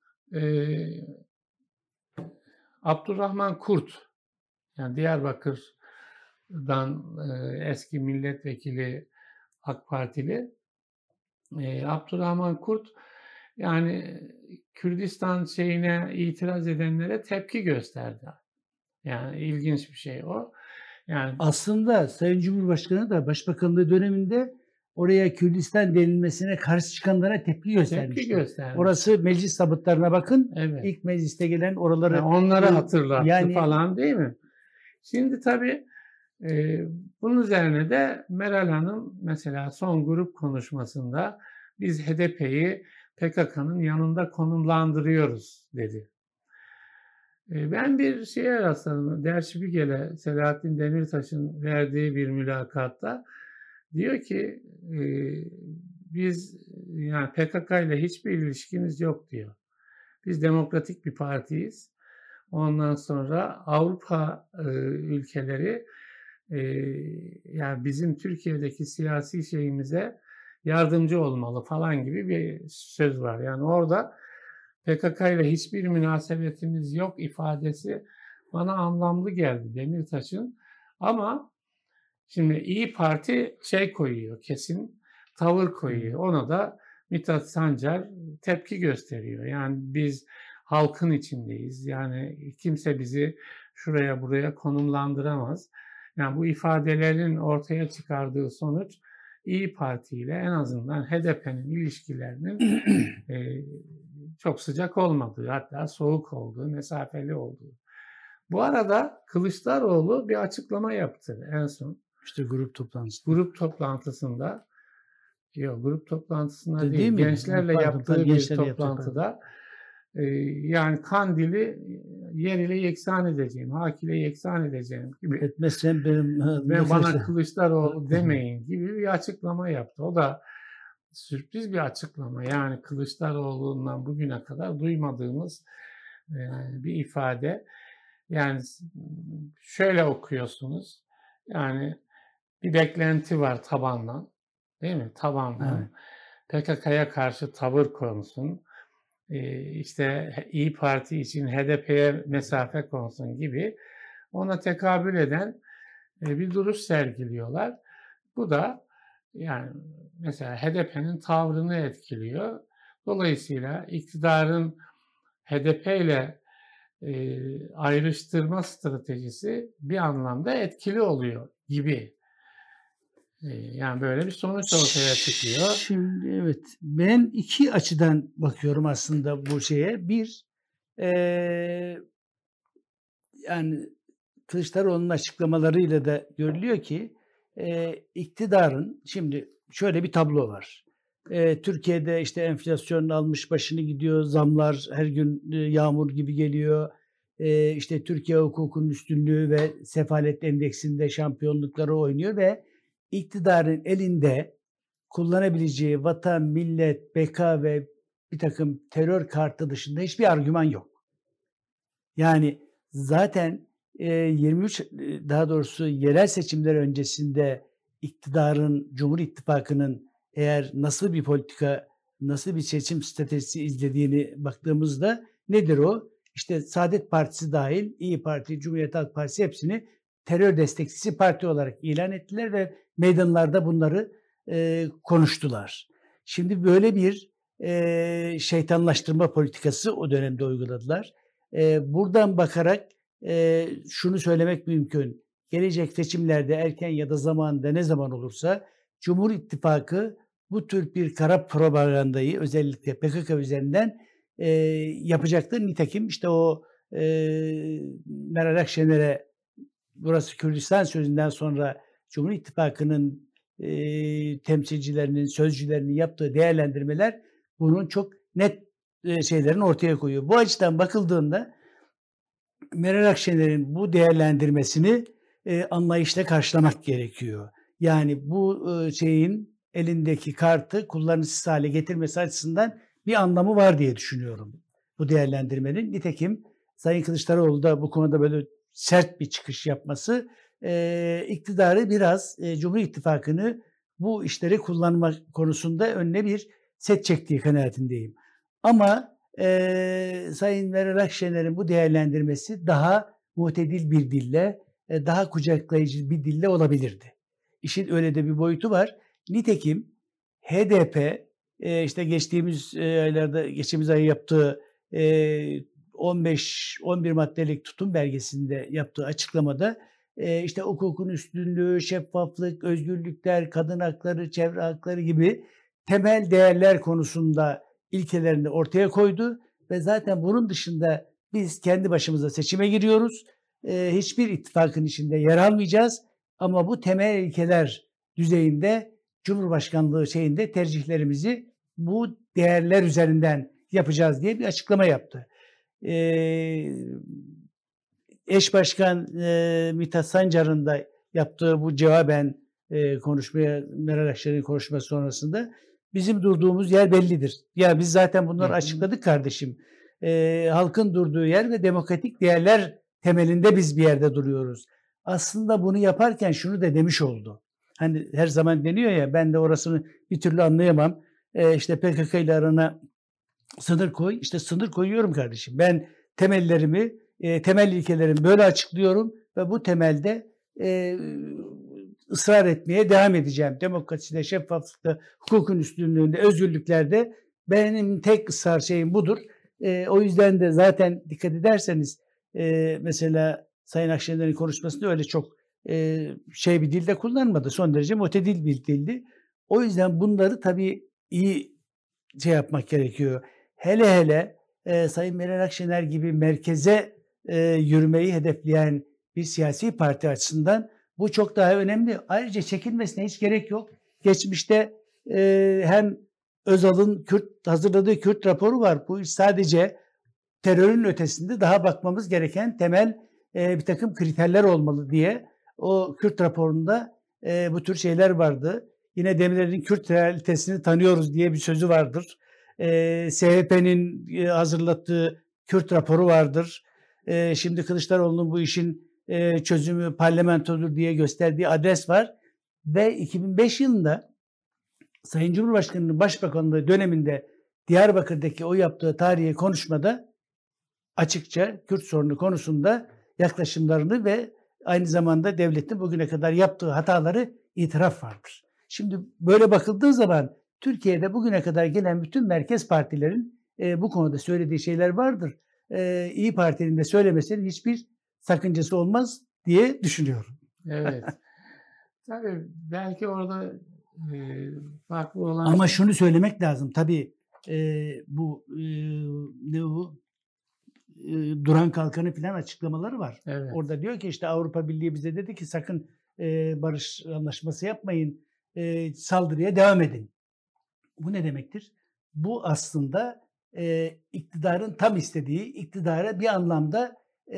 Abdurrahman Kurt, yani Diyarbakır'dan eski milletvekili AK Partili Abdurrahman Kurt yani Kürdistan şeyine itiraz edenlere tepki gösterdi. Yani ilginç bir şey o. Yani Aslında Sayın Cumhurbaşkanı da Başbakanlığı döneminde oraya Kürdistan denilmesine karşı çıkanlara tepki tepki göstermişti. göstermiş. Orası meclis tabutlarına bakın. Evet. İlk mecliste gelen Yani oraları onları hatırlattı yani falan, değil mi? Şimdi tabii bunun üzerine de Meral Hanım mesela son grup konuşmasında biz HDP'yi PKK'nın yanında konumlandırıyoruz dedi. Ben bir şeye rastladım. Der Spiegel'e Selahattin Demirtaş'ın verdiği bir mülakatta diyor ki biz yani PKK ile hiçbir ilişkimiz yok diyor. Biz demokratik bir partiyiz. Ondan sonra Avrupa ülkeleri yani bizim Türkiye'deki siyasi şeyimize yardımcı olmalı falan gibi bir söz var. Yani orada PKK ile hiçbir münasebetimiz yok ifadesi bana anlamlı geldi Demirtaş'ın. Ama şimdi İyi Parti şey koyuyor, kesin tavır koyuyor. Ona da Mithat Sancar tepki gösteriyor. Yani biz halkın içindeyiz. Yani kimse bizi şuraya buraya konumlandıramaz. Yani bu ifadelerin ortaya çıkardığı sonuç İyi Parti ile en azından HDP'nin ilişkilerinin çok sıcak olmadığı, hatta soğuk olduğu, mesafeli olduğu. Bu arada Kılıçdaroğlu bir açıklama yaptı en son. işte grup toplantısı. Grup toplantısında, yok grup toplantısında Değil mi? gençlerle Pardon, yaptığı bir gençlerle yaptığı, toplantıda yani Kandil'i yer ile yeksan edeceğim, Hak ile yeksan edeceğim gibi. Etmezsem benim Ve bana Kılıçdaroğlu demeyin gibi bir açıklama yaptı. O da sürpriz bir açıklama. Yani Kılıçdaroğlu'ndan bugüne kadar duymadığımız bir ifade. Yani şöyle okuyorsunuz. Yani bir beklenti var tabandan. Değil mi? Tabandan. Evet. PKK'ya karşı tavır konsun. İşte İyi Parti için HDP'ye mesafe konsun gibi ona tekabül eden bir duruş sergiliyorlar. Bu da yani mesela HDP'nin tavrını etkiliyor. Dolayısıyla iktidarın HDP ile ayrıştırma stratejisi bir anlamda etkili oluyor gibi. Yani böyle bir sonuç ortaya çıkıyor. Şimdi evet, ben iki açıdan bakıyorum aslında bu şeye. Bir, yani Kılıçdaroğlu'nun açıklamalarıyla da görülüyor ki iktidarın şimdi şöyle bir tablo var. Türkiye'de işte enflasyon almış başını gidiyor, zamlar her gün yağmur gibi geliyor. İşte Türkiye hukukunun üstünlüğü ve sefalet endeksinde şampiyonlukları oynuyor ve iktidarın elinde kullanabileceği vatan, millet, beka ve bir takım terör kartı dışında hiçbir argüman yok. Yani zaten 23 daha doğrusu yerel seçimler öncesinde iktidarın, Cumhur İttifakı'nın eğer nasıl bir politika, nasıl bir seçim stratejisi izlediğini baktığımızda nedir o? İşte Saadet Partisi dahil İyi Parti, Cumhuriyet Halk Partisi hepsini terör destekçisi parti olarak ilan ettiler ve meydanlarda bunları konuştular. Şimdi böyle bir şeytanlaştırma politikası o dönemde uyguladılar. Buradan bakarak şunu söylemek mümkün. Gelecek seçimlerde erken ya da zamanında ne zaman olursa Cumhur İttifakı bu tür bir kara propagandayı özellikle PKK üzerinden yapacaktır. Nitekim işte o Meral Akşener'e burası Kürdistan sözünden sonra Cumhur İttifakı'nın temsilcilerinin, sözcülerinin yaptığı değerlendirmeler bunun çok net şeylerini ortaya koyuyor. Bu açıdan bakıldığında Meral Akşener'in bu değerlendirmesini anlayışla karşılamak gerekiyor. Yani bu şeyin elindeki kartı kullanışsız hale getirmesi açısından bir anlamı var diye düşünüyorum bu değerlendirmenin. Nitekim Sayın Kılıçdaroğlu da bu konuda böyle sert bir çıkış yapması iktidarı biraz Cumhur İttifakı'nı bu işleri kullanma konusunda önüne bir set çektiği kanaatindeyim. Ama Sayın Meral Akşener'in bu değerlendirmesi daha muhtedil bir dille, daha kucaklayıcı bir dille olabilirdi. İşin öyle de bir boyutu var. Nitekim HDP işte geçtiğimiz aylarda, geçtiğimiz ay yaptığı 15-11 maddelik tutum belgesinde yaptığı açıklamada işte hukukun üstünlüğü, şeffaflık, özgürlükler, kadın hakları, çevre hakları gibi temel değerler konusunda ilkelerini ortaya koydu ve zaten bunun dışında biz kendi başımıza seçime giriyoruz. Hiçbir ittifakın içinde yer almayacağız ama bu temel ilkeler düzeyinde Cumhurbaşkanlığı şeyinde tercihlerimizi bu değerler üzerinden yapacağız diye bir açıklama yaptı. Eş Başkan Mithat Sancar'ın da yaptığı bu cevaben konuşmaya, Meral Akşener'in konuşması sonrasında bizim durduğumuz yer bellidir. Ya biz zaten bunları açıkladık kardeşim. Halkın durduğu yer ve demokratik değerler temelinde biz bir yerde duruyoruz. Aslında bunu yaparken şunu da demiş oldu. Hani her zaman deniyor ya, ben de orasını bir türlü anlayamam. İşte PKK ile arana sınır koy. İşte sınır koyuyorum kardeşim. Ben temellerimi, temel ilkelerimi böyle açıklıyorum ve bu temelde ısrar etmeye devam edeceğim. Demokraside, şeffaflıkta, hukukun üstünlüğünde, özgürlüklerde benim tek ısrar şeyim budur. O yüzden de zaten dikkat ederseniz mesela Sayın Akşener'in konuşmasında öyle çok şey bir dilde kullanmadı. Son derece mutedil bir dildi. O yüzden bunları tabii iyi şey yapmak gerekiyor. Hele hele Sayın Meral Akşener gibi merkeze yürümeyi hedefleyen bir siyasi parti açısından bu çok daha önemli. Ayrıca çekinmesine hiç gerek yok. Geçmişte hem Özal'ın hazırladığı Kürt raporu var. Bu sadece terörün ötesinde daha bakmamız gereken temel bir takım kriterler olmalı diye o Kürt raporunda bu tür şeyler vardı. Yine Demirel'in Kürt realitesini tanıyoruz diye bir sözü vardır. CHP'nin hazırlattığı Kürt raporu vardır. Şimdi Kılıçdaroğlu'nun bu işin çözümü parlamentodur diye gösterdiği adres var. Ve 2005 yılında Sayın Cumhurbaşkanı'nın başbakanlığı döneminde Diyarbakır'daki o yaptığı tarihi konuşmada açıkça Kürt sorunu konusunda yaklaşımlarını ve aynı zamanda devletin bugüne kadar yaptığı hataları itiraf vardır. Şimdi böyle bakıldığı zaman Türkiye'de bugüne kadar gelen bütün merkez partilerin bu konuda söylediği şeyler vardır. İYİ Parti'nin de söylemesinin hiçbir sakıncası olmaz diye düşünüyorum. Evet. Tabii belki orada farklı olan... Ama şunu söylemek lazım. Tabii bu ne bu? Duran Kalkan'ın filan açıklamaları var. Evet. Orada diyor ki işte Avrupa Birliği bize dedi ki sakın barış anlaşması yapmayın, saldırıya devam edin. Bu ne demektir? Bu aslında iktidarın tam istediği, iktidara bir anlamda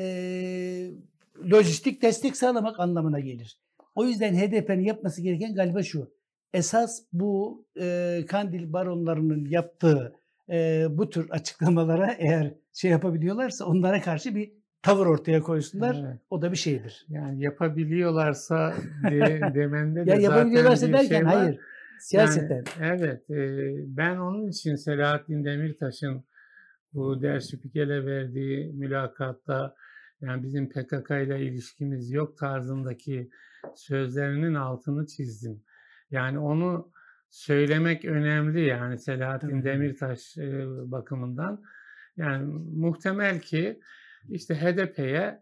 lojistik destek sağlamak anlamına gelir. O yüzden HDP'nin yapması gereken galiba şu. Esas bu Kandil baronlarının yaptığı bu tür açıklamalara eğer şey yapabiliyorlarsa onlara karşı bir tavır ortaya koysunlar. Evet. O da bir şeydir. Yani yapabiliyorlarsa demende de ya yapabiliyorlarsa zaten derken şey var. Hayır. Siyaseten. Yani, evet. Ben onun için Selahattin Demirtaş'ın bu Der Spiegel'e verdiği mülakatta yani bizim PKK ile ilişkimiz yok tarzındaki sözlerinin altını çizdim. Yani onu söylemek önemli yani Selahattin Demirtaş bakımından. Yani muhtemel ki işte HDP'ye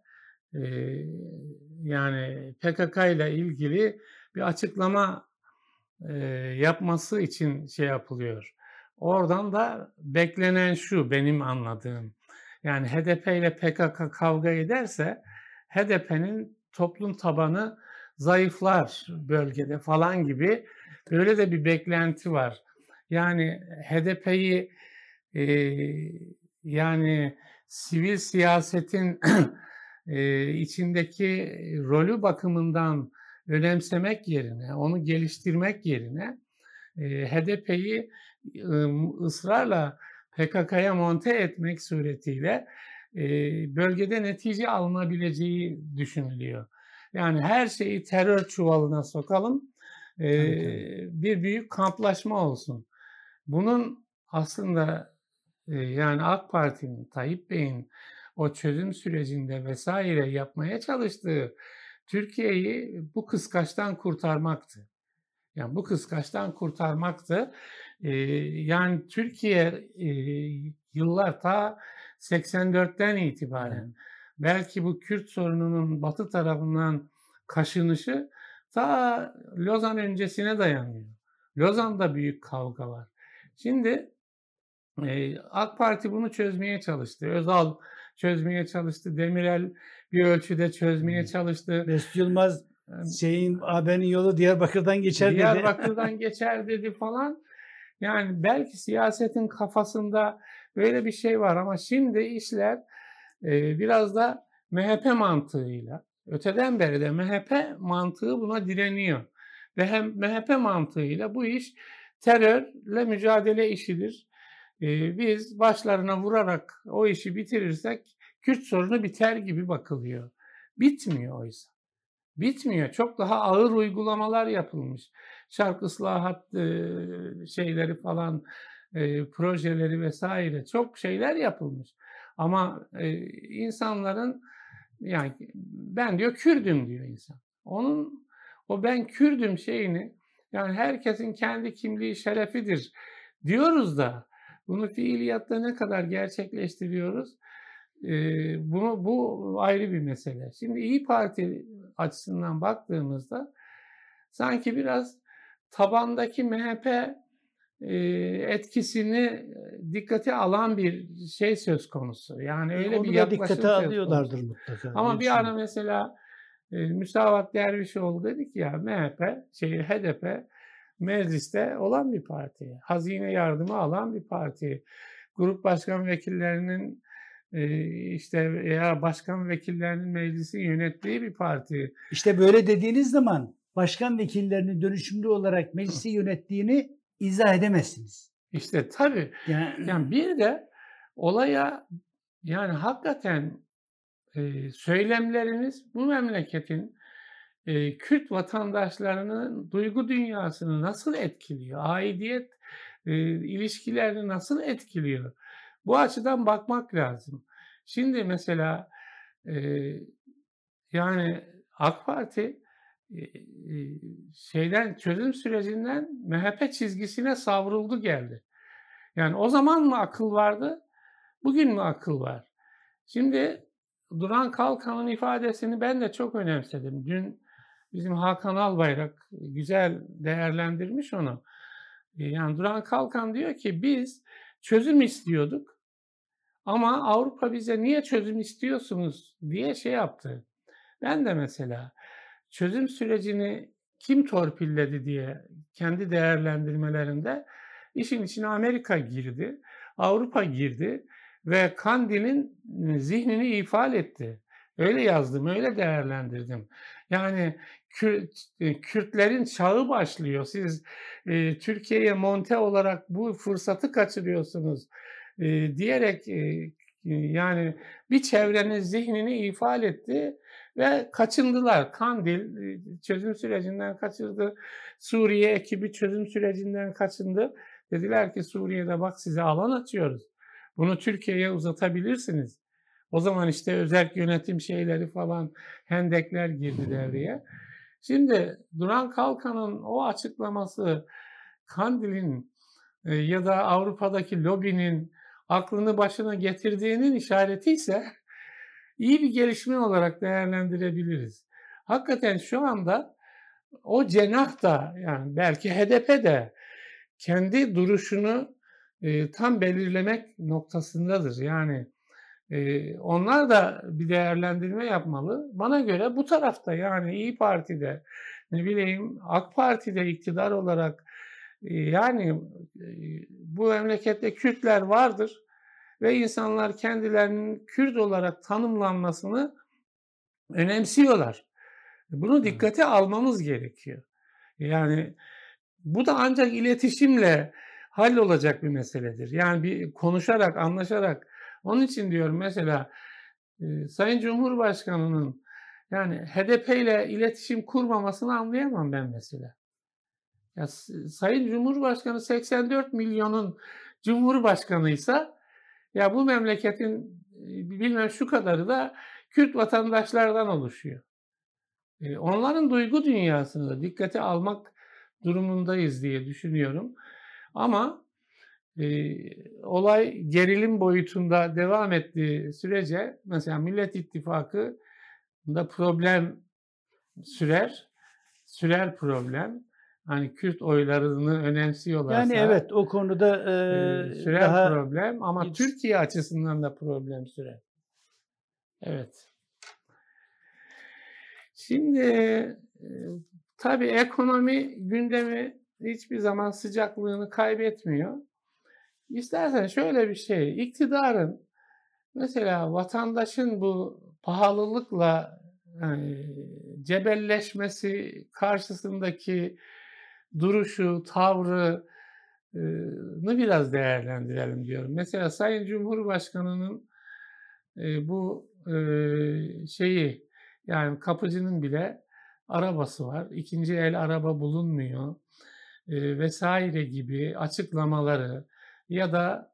yani PKK ile ilgili bir açıklama yapması için şey yapılıyor. Oradan da beklenen şu benim anladığım. Yani HDP ile PKK kavga ederse HDP'nin toplum tabanı zayıflar bölgede falan gibi böyle de bir beklenti var. Yani HDP'yi yani sivil siyasetin içindeki rolü bakımından önemsemek yerine, onu geliştirmek yerine HDP'yi ısrarla PKK'ya monte etmek suretiyle bölgede netice alınabileceği düşünülüyor. Yani her şeyi terör çuvalına sokalım, bir büyük kamplaşma olsun. Bunun aslında yani AK Parti'nin, Tayyip Bey'in o çözüm sürecinde vesaire yapmaya çalıştığı Türkiye'yi bu kıskaçtan kurtarmaktı. Yani bu kıskaçtan kurtarmaktı. Yani Türkiye yıllar ta 84'ten itibaren belki bu Kürt sorununun Batı tarafından kaşınışı ta Lozan öncesine dayanıyor. Lozan'da büyük kavga var. Şimdi AK Parti bunu çözmeye çalıştı. Özal çözmeye çalıştı. Demirel bir ölçüde çözmeye çalıştı. Mesut Yılmaz AB'nin yolu Diyarbakır'dan geçer dedi. Diyarbakır'dan geçer dedi falan. Yani belki siyasetin kafasında böyle bir şey var ama şimdi işler biraz da MHP mantığıyla, öteden beri de MHP mantığı buna direniyor. Ve hem MHP mantığıyla bu iş terörle mücadele işidir. Biz başlarına vurarak o işi bitirirsek Kürt sorunu biter gibi bakılıyor. Bitmiyor oysa. Bitmiyor. Çok daha ağır uygulamalar yapılmış. Şark ıslahat şeyleri falan, projeleri vesaire çok şeyler yapılmış. Ama insanların yani ben diyor Kürdüm diyor insan. O ben Kürdüm şeyini yani herkesin kendi kimliği şerefidir diyoruz da bunu fiiliyatta ne kadar gerçekleştiriyoruz? Bu ayrı bir mesele. Şimdi İYİ Parti açısından baktığımızda sanki biraz tabandaki MHP etkisini dikkate alan bir şey söz konusu. Yani öyle bir yaklaşım dikkate alıyorlardır mutlaka. Ama bir ara mesela Müsavat Dervişoğlu dedik ya MHP, HDP mecliste olan bir parti. Hazine yardımı alan bir parti. Grup başkan vekillerinin işte veya başkan vekillerinin meclisi yönettiği bir parti. İşte böyle dediğiniz zaman başkan vekillerinin dönüşümlü olarak meclisi yönettiğini izah edemezsiniz. İşte tabii. Yani bir de olaya yani hakikaten söylemleriniz bu memleketin Kürt vatandaşlarının duygu dünyasını nasıl etkiliyor? Aidiyet ilişkilerini nasıl etkiliyor? Bu açıdan bakmak lazım. Şimdi mesela yani AK Parti çözüm sürecinden MHP çizgisine savruldu geldi. Yani o zaman mı akıl vardı? Bugün mü akıl var? Şimdi Duran Kalkan'ın ifadesini ben de çok önemsedim. Dün bizim Hakan Albayrak güzel değerlendirmiş onu. Yani Duran Kalkan diyor ki biz çözüm istiyorduk ama Avrupa bize niye çözüm istiyorsunuz diye şey yaptı. Ben de mesela çözüm sürecini kim torpilledi diye kendi değerlendirmelerinde işin içine Amerika girdi, Avrupa girdi ve Kandil'in zihnini ifade etti. Öyle yazdım, öyle değerlendirdim. Yani Kürtlerin çağı başlıyor. Siz Türkiye'ye monte olarak bu fırsatı kaçırıyorsunuz diyerek yani bir çevrenin zihnini ifade etti ve kaçındılar. Kandil çözüm sürecinden kaçırdı. Suriye ekibi çözüm sürecinden kaçındı. Dediler ki Suriye'de bak size alan açıyoruz. Bunu Türkiye'ye uzatabilirsiniz. O zaman işte özerk yönetim şeyleri falan hendekler girdi devreye. Şimdi Duran Kalkan'ın o açıklaması Kandil'in ya da Avrupa'daki lobinin aklını başına getirdiğinin işareti ise iyi bir gelişme olarak değerlendirebiliriz. Hakikaten şu anda o cenah da yani belki HDP de kendi duruşunu tam belirlemek noktasındadır. Yani onlar da bir değerlendirme yapmalı. Bana göre bu tarafta yani İYİ Parti'de ne bileyim AK Parti'de iktidar olarak yani bu memlekette Kürtler vardır ve insanlar kendilerinin Kürt olarak tanımlanmasını önemsiyorlar. Bunu dikkate almamız gerekiyor. Yani bu da ancak iletişimle hallolacak bir meseledir. Yani bir konuşarak, anlaşarak. Onun için diyorum mesela Sayın Cumhurbaşkanı'nın yani HDP ile iletişim kurmamasını anlayamam ben mesela. Ya, Sayın Cumhurbaşkanı 84 milyonun Cumhurbaşkanıysa ya bu memleketin bilmem şu kadarı da Kürt vatandaşlardan oluşuyor. Onların duygu dünyasını da dikkate almak durumundayız diye düşünüyorum. Ama olay gerilim boyutunda devam ettiği sürece mesela Millet İttifakı'nda problem sürer problem. Hani Kürt oylarını Yani önemsiyorlarsa evet, o konuda sürer daha problem ama Türkiye açısından da problem sürer. Evet. Şimdi tabii ekonomi gündemi hiçbir zaman sıcaklığını kaybetmiyor. İstersen şöyle bir şey, iktidarın mesela vatandaşın bu pahalılıkla cebelleşmesi karşısındaki duruşu, tavrını biraz değerlendirelim diyorum. Mesela Sayın Cumhurbaşkanı'nın bu şeyi, yani kapıcının bile arabası var, ikinci el araba bulunmuyor vesaire gibi açıklamaları ya da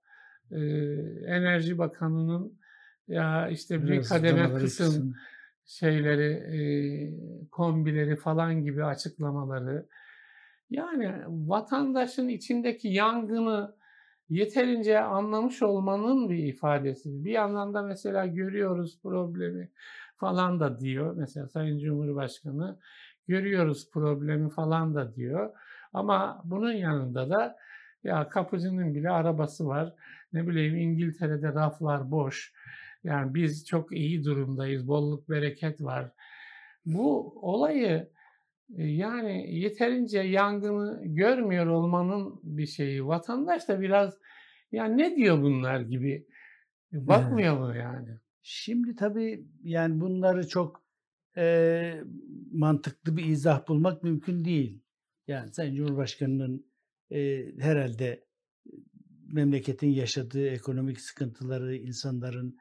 Enerji Bakanı'nın ya işte bir biraz kademe zıplamaları kısım kısım. şeyleri, kombileri falan gibi açıklamaları. Yani vatandaşın içindeki yangını yeterince anlamış olmanın bir ifadesi. Bir yandan da mesela görüyoruz problemi falan da diyor. Mesela Sayın Cumhurbaşkanı görüyoruz problemi falan da diyor. Ama bunun yanında da ya kapıcının bile arabası var. Ne bileyim İngiltere'de raflar boş. Yani biz çok iyi durumdayız. Bolluk bereket var. Bu olayı yani yeterince yangını görmüyor olmanın bir şeyi. Vatandaş da biraz ya ne diyor bunlar gibi bakmıyor mu yani? Şimdi tabii yani bunları çok mantıklı bir izah bulmak mümkün değil. Yani Sayın Cumhurbaşkanı'nın herhalde memleketin yaşadığı ekonomik sıkıntıları, insanların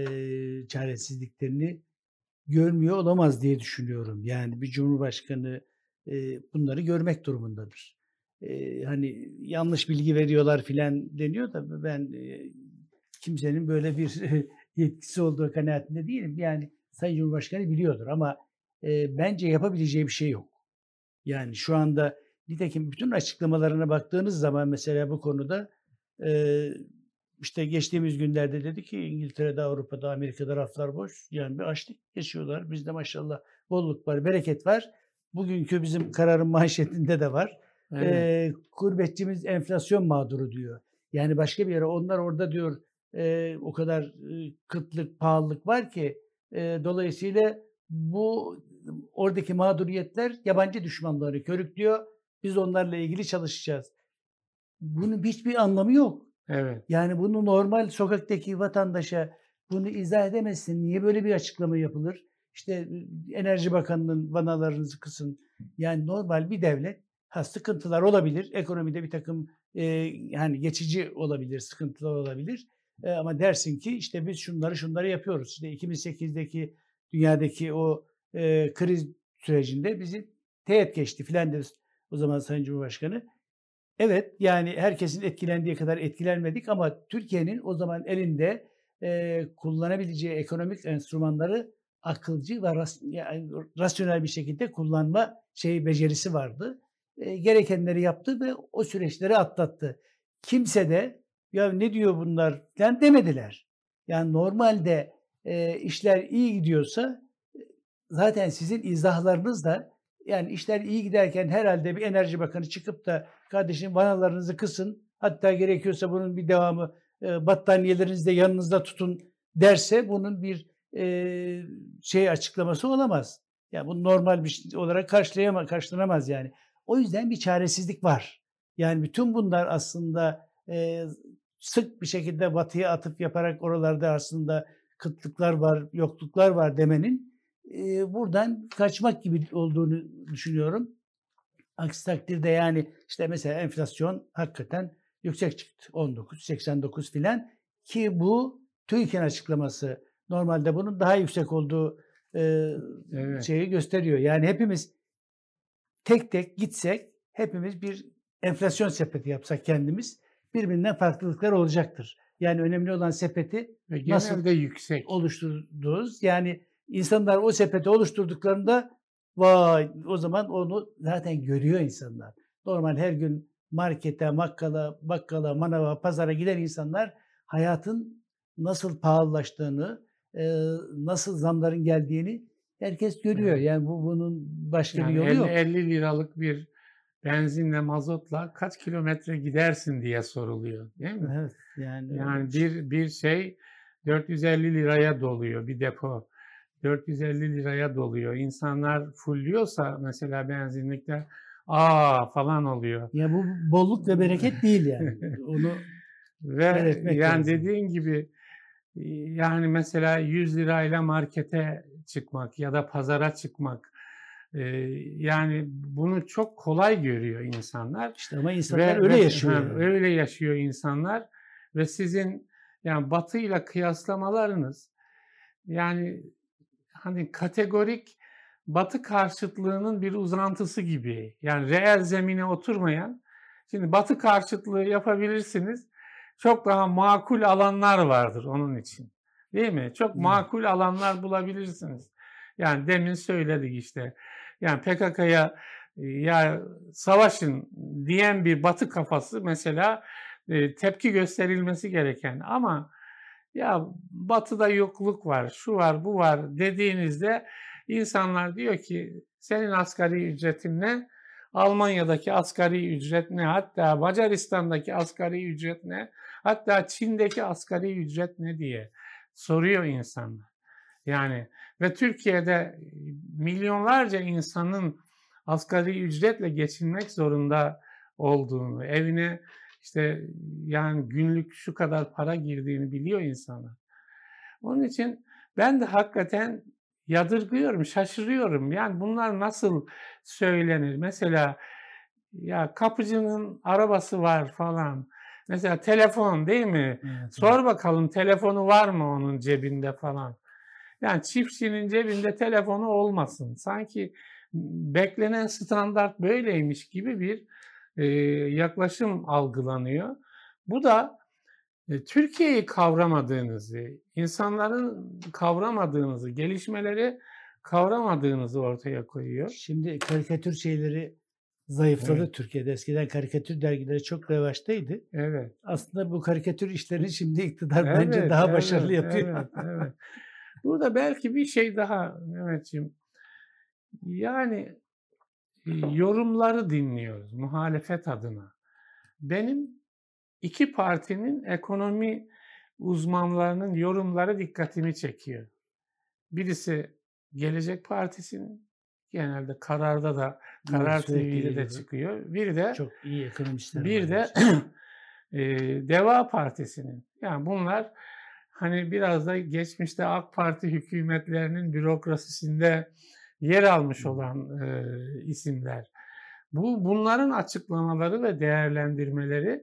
çaresizliklerini görmüyor olamaz diye düşünüyorum. Yani bir cumhurbaşkanı bunları görmek durumundadır. Hani yanlış bilgi veriyorlar filan deniyor da ben kimsenin böyle bir yetkisi olduğu kanaatinde değilim. Yani Sayın Cumhurbaşkanı biliyordur ama bence yapabileceği bir şey yok. Yani şu anda nitekim bütün açıklamalarına baktığınız zaman mesela bu konuda eee, işte geçtiğimiz günlerde dedi ki İngiltere'de, Avrupa'da, Amerika'da raflar boş. Yani bir açlık yaşıyorlar. Bizde maşallah bolluk var, bereket var. Bugünkü bizim kararın manşetinde de var. Evet. Gurbetçimiz enflasyon mağduru diyor. Yani başka bir yere onlar orada diyor o kadar kıtlık, pahalılık var ki dolayısıyla bu oradaki mağduriyetler yabancı düşmanları körüklüyor. Biz onlarla ilgili çalışacağız. Bunun hiçbir anlamı yok. Evet. Yani bunu normal sokaktaki vatandaşa bunu izah edemezsin. Niye böyle bir açıklama yapılır? İşte Enerji Bakanı'nın vanalarınızı kısın. Yani normal bir devlet sıkıntılar olabilir. Ekonomide bir takım yani geçici olabilir, sıkıntılar olabilir. Ama dersin ki işte biz şunları yapıyoruz. İşte 2008'deki dünyadaki o kriz sürecinde bizi teğet geçti filan deriz o zaman Sayın Cumhurbaşkanı. Evet, yani herkesin etkilendiği kadar etkilenmedik ama Türkiye'nin o zaman elinde kullanabileceği ekonomik enstrümanları akılcı ve yani rasyonel bir şekilde kullanma becerisi vardı. Gerekenleri yaptı ve o süreçleri atlattı. Kimse de ya ne diyor bunlar falan demediler. Yani normalde işler iyi gidiyorsa zaten sizin izahlarınız da yani işler iyi giderken herhalde bir Enerji Bakanı çıkıp da kardeşim vanalarınızı kısın, hatta gerekiyorsa bunun bir devamı battaniyelerinizi de yanınızda tutun derse bunun bir açıklaması olamaz. Yani bu normal bir şey olarak karşılanamaz yani. O yüzden bir çaresizlik var. Yani bütün bunlar aslında sık bir şekilde batıya atıf yaparak oralarda aslında kıtlıklar var, yokluklar var demenin buradan kaçmak gibi olduğunu düşünüyorum. Aksi takdirde yani işte mesela enflasyon hakikaten yüksek çıktı. 19,89 filan ki bu TÜİK'in açıklaması. Normalde bunun daha yüksek olduğu Evet. şeyi gösteriyor. Yani hepimiz tek tek gitsek, hepimiz bir enflasyon sepeti yapsak kendimiz birbirinden farklılıklar olacaktır. Yani önemli olan sepeti Ve nasıl genelde yüksek. oluşturduğumuz. Yani insanlar o sepeti oluşturduklarında vay o zaman onu zaten görüyor insanlar. Normal her gün markete, bakkala, manava, pazara giden insanlar hayatın nasıl pahalılaştığını, nasıl zamların geldiğini herkes görüyor. Evet. Yani bunun başka bir Yani yolu 50, yok. 50 liralık bir benzinle, mazotla kaç kilometre gidersin diye soruluyor, değil mi? Evet, yani Yani bir şey 450 liraya doluyor bir depo. 450 liraya doluyor. İnsanlar fulluyorsa mesela benzinlikler falan oluyor. ya bu bolluk ve bereket değil yani. Onu Ve belirtmek yani lazım. dediğin gibi yani mesela 100 lirayla markete çıkmak ya da pazara çıkmak yani bunu çok kolay görüyor insanlar İşte ama insanlar ve öyle yaşıyor yani. öyle yaşıyor insanlar ve sizin yani Batı'yla kıyaslamalarınız yani hani kategorik Batı karşıtlığının bir uzantısı gibi. Yani reel zemine oturmayan. Şimdi Batı karşıtlığı yapabilirsiniz. Çok daha makul alanlar vardır onun için. Değil mi? Çok Evet. makul alanlar bulabilirsiniz. Yani demin söyledik işte. Yani PKK'ya ya savaşın diyen bir Batı kafası mesela tepki gösterilmesi gereken ama ya Batı'da yokluk var, şu var, bu var dediğinizde insanlar diyor ki senin asgari ücretin ne? Almanya'daki asgari ücret ne? Hatta Macaristan'daki asgari ücret ne? Hatta Çin'deki asgari ücret ne diye soruyor insanlar. Yani ve Türkiye'de milyonlarca insanın asgari ücretle geçinmek zorunda olduğunu, evine işte yani günlük şu kadar para girdiğini biliyor insanlar. Onun için ben de hakikaten yadırgıyorum, şaşırıyorum. Yani bunlar nasıl söylenir? Mesela ya kapıcının arabası var falan. Mesela telefon değil mi? Evet, evet. Sor bakalım telefonu var mı onun cebinde falan. Yani çiftçinin cebinde telefonu olmasın. Sanki beklenen standart böyleymiş gibi bir yaklaşım algılanıyor. Bu da Türkiye'yi kavramadığınızı, insanların kavramadığınızı, gelişmeleri kavramadığınızı ortaya koyuyor. Şimdi karikatür şeyleri zayıfladı Evet, Türkiye'de. Eskiden karikatür dergileri çok revaçtaydı. evet, Aslında bu karikatür işlerini şimdi iktidar bence evet, daha başarılı evet, yapıyor. evet, evet. Burada belki bir şey daha Mehmetciğim. Yani yorumları dinliyoruz muhalefet adına. Benim iki partinin ekonomi uzmanlarının yorumları dikkatimi çekiyor. Birisi Gelecek Partisi'nin genelde Karar'da da Evet, Karar sürekli TV'de de geliyor. çıkıyor. Bir de Çok iyi ekonomistler bir var de gerçekten. Deva Partisi'nin. Yani bunlar hani biraz da geçmişte AK Parti hükümetlerinin bürokrasisinde yer almış olan isimler. Bunların açıklamaları ve değerlendirmeleri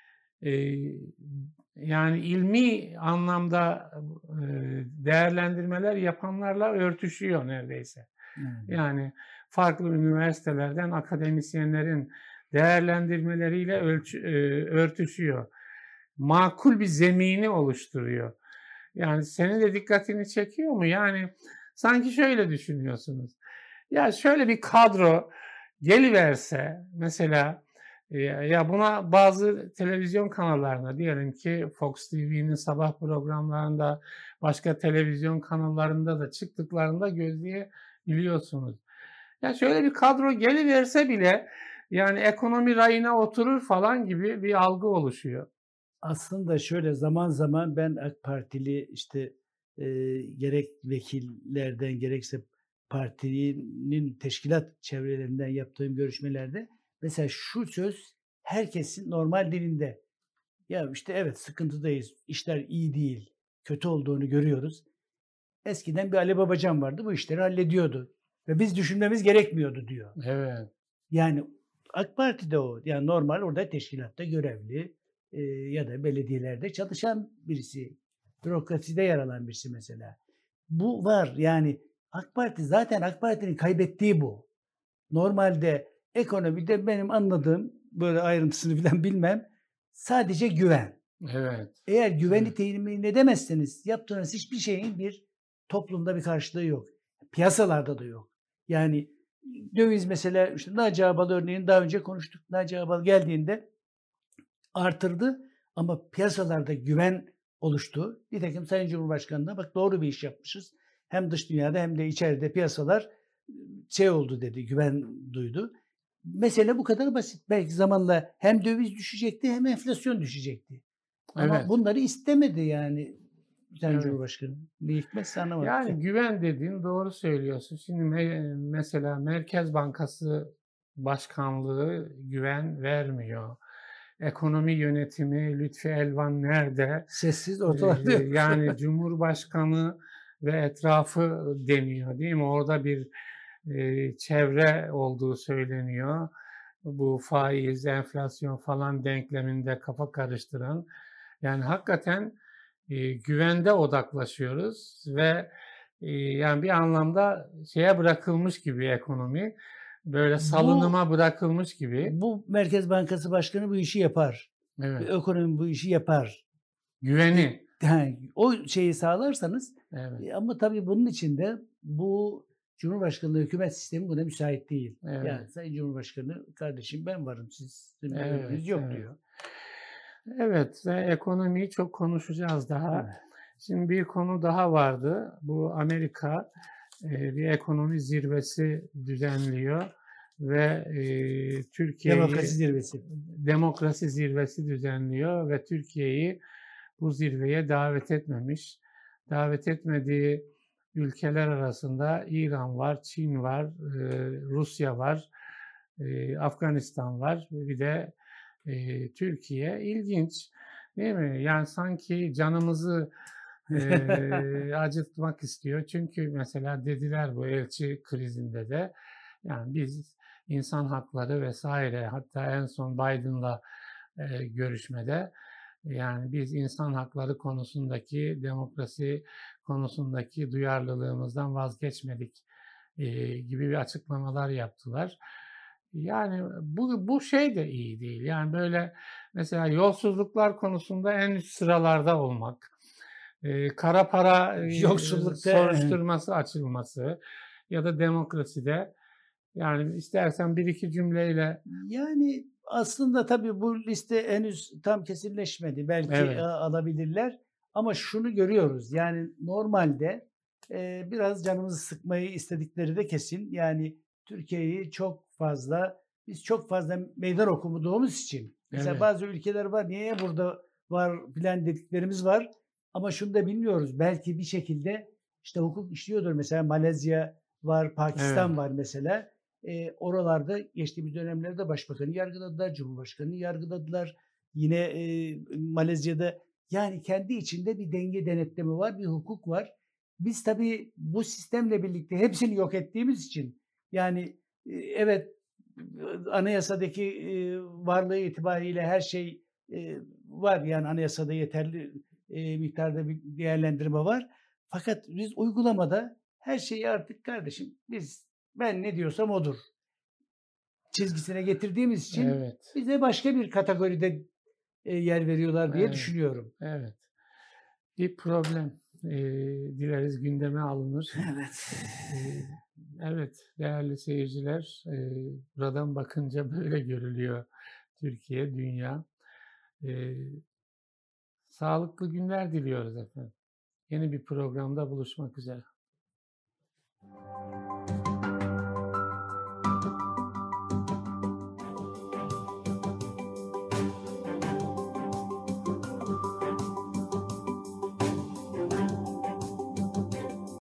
yani ilmi anlamda değerlendirmeler yapanlarla örtüşüyor neredeyse. Evet. Yani farklı üniversitelerden akademisyenlerin değerlendirmeleriyle örtüşüyor. Makul bir zemini oluşturuyor. Yani senin de dikkatini çekiyor mu? Yani sanki şöyle düşünüyorsunuz. Ya şöyle bir kadro geliverse mesela ya buna bazı televizyon kanallarına diyelim ki Fox TV'nin sabah programlarında başka televizyon kanallarında da çıktıklarında gözleyebiliyorsunuz. Ya şöyle bir kadro geliverse bile yani ekonomi rayına oturur falan gibi bir algı oluşuyor. Aslında şöyle zaman zaman ben AK Partili işte gerek vekillerden gerekse partinin teşkilat çevrelerinden yaptığım görüşmelerde mesela şu söz herkesin normal dilinde. Ya işte evet sıkıntıdayız, işler iyi değil, kötü olduğunu görüyoruz. Eskiden bir Ali Babacan vardı, bu işleri hallediyordu ve biz düşünmemiz gerekmiyordu diyor. Evet. Yani AK Parti'de o. Yani normal orada teşkilatta görevli, ya da belediyelerde çalışan birisi. Bürokraside yer alan birisi mesela. Bu var. Yani AK Parti zaten AK Parti'nin kaybettiği bu. Normalde ekonomide benim anladığım, böyle ayrıntısını filan bilmem, sadece güven. Evet. Eğer güveni Evet. temin edemezseniz yaptığınız hiçbir şeyin bir toplumda bir karşılığı yok. Piyasalarda da yok. Yani döviz mesela işte Naci Ağbal örneğini daha önce konuştuk. Naci Ağbal geldiğinde artırdı ama piyasalarda güven oluştu. Nitekim Sayın Cumhurbaşkanı'na bak doğru bir iş yapmışız. hem dış dünyada hem de içeride piyasalar şey oldu dedi, güven duydu. Mesele bu kadar basit. Belki zamanla hem döviz düşecekti hem enflasyon düşecekti. Ama Evet, bunları istemedi yani Sayın evet. Cumhurbaşkanı. Ne hikmetse anlamadık ki. Yani güven dediğin doğru söylüyorsun. Şimdi mesela Merkez Bankası Başkanlığı güven vermiyor. Ekonomi yönetimi Lütfi Elvan nerede? Sessiz Ee, ortalarda yok. Yani Cumhurbaşkanı ve etrafı deniyor değil mi? Orada bir çevre olduğu söyleniyor. Bu faiz, enflasyon falan denkleminde kafa karıştıran. Yani hakikaten güvende odaklaşıyoruz ve yani bir anlamda şeye bırakılmış gibi ekonomi, böyle Bu salınıma bırakılmış gibi. bu Merkez Bankası Başkanı bu işi yapar. Evet. Ekonomi bu işi yapar. Güveni. O şeyi sağlarsanız Evet. ama tabii bunun için de bu Cumhurbaşkanlığı hükümet sistemi buna müsait değil. Evet. Yani Sayın Cumhurbaşkanı kardeşim ben varım sizin bir Evet. ömrünüz yok Evet. diyor. Evet ve ekonomiyi çok konuşacağız daha. Evet. Şimdi bir konu daha vardı. Bu Amerika bir ekonomi zirvesi düzenliyor ve Demokrasi zirvesi. demokrasi zirvesi düzenliyor ve Türkiye'yi bu zirveye davet etmemiş. Davet etmediği ülkeler arasında İran var, Çin var, Rusya var, Afganistan var ve bir de Türkiye. İlginç değil mi? Yani sanki canımızı acıtmak istiyor. Çünkü mesela dediler bu elçi krizinde de yani biz insan hakları vesaire hatta en son Biden'la görüşmede yani biz insan hakları konusundaki demokrasi konusundaki duyarlılığımızdan vazgeçmedik gibi bir açıklamalar yaptılar. Yani bu şey de iyi değil. Yani böyle mesela yolsuzluklar konusunda en üst sıralarda olmak, kara para Yoksullukta soruşturması açılması ya da demokraside yani istersen bir iki cümleyle yani aslında tabii bu liste henüz tam kesinleşmedi. Belki evet, alabilirler ama şunu görüyoruz. Yani normalde biraz canımızı sıkmayı istedikleri de kesin. Yani Türkiye'yi biz çok fazla meydan okuduğumuz için. Mesela evet, bazı ülkeler var. Niye burada var filan dediklerimiz var. Ama şunu da bilmiyoruz. Belki bir şekilde işte hukuk işliyordur. Mesela Malezya var, evet, Pakistan var mesela. Oralarda geçtiğimiz dönemlerde başbakanı yargıladılar, cumhurbaşkanını yargıladılar. Yine Malezya'da yani kendi içinde bir denge denetleme var, bir hukuk var. Biz tabii bu sistemle birlikte hepsini yok ettiğimiz için yani evet anayasadaki varlığı itibariyle her şey var. Yani anayasada yeterli miktarda bir değerlendirme var. Fakat biz uygulamada her şeyi artık kardeşim ben ne diyorsam odur çizgisine getirdiğimiz için evet, bize başka bir kategoride yer veriyorlar diye evet, düşünüyorum. evet. Bir problem. Dileriz gündeme alınır. Evet. Evet, değerli seyirciler, buradan bakınca böyle görülüyor Türkiye, dünya. Eee, Sağlıklı günler diliyoruz efendim. Yeni bir programda buluşmak üzere.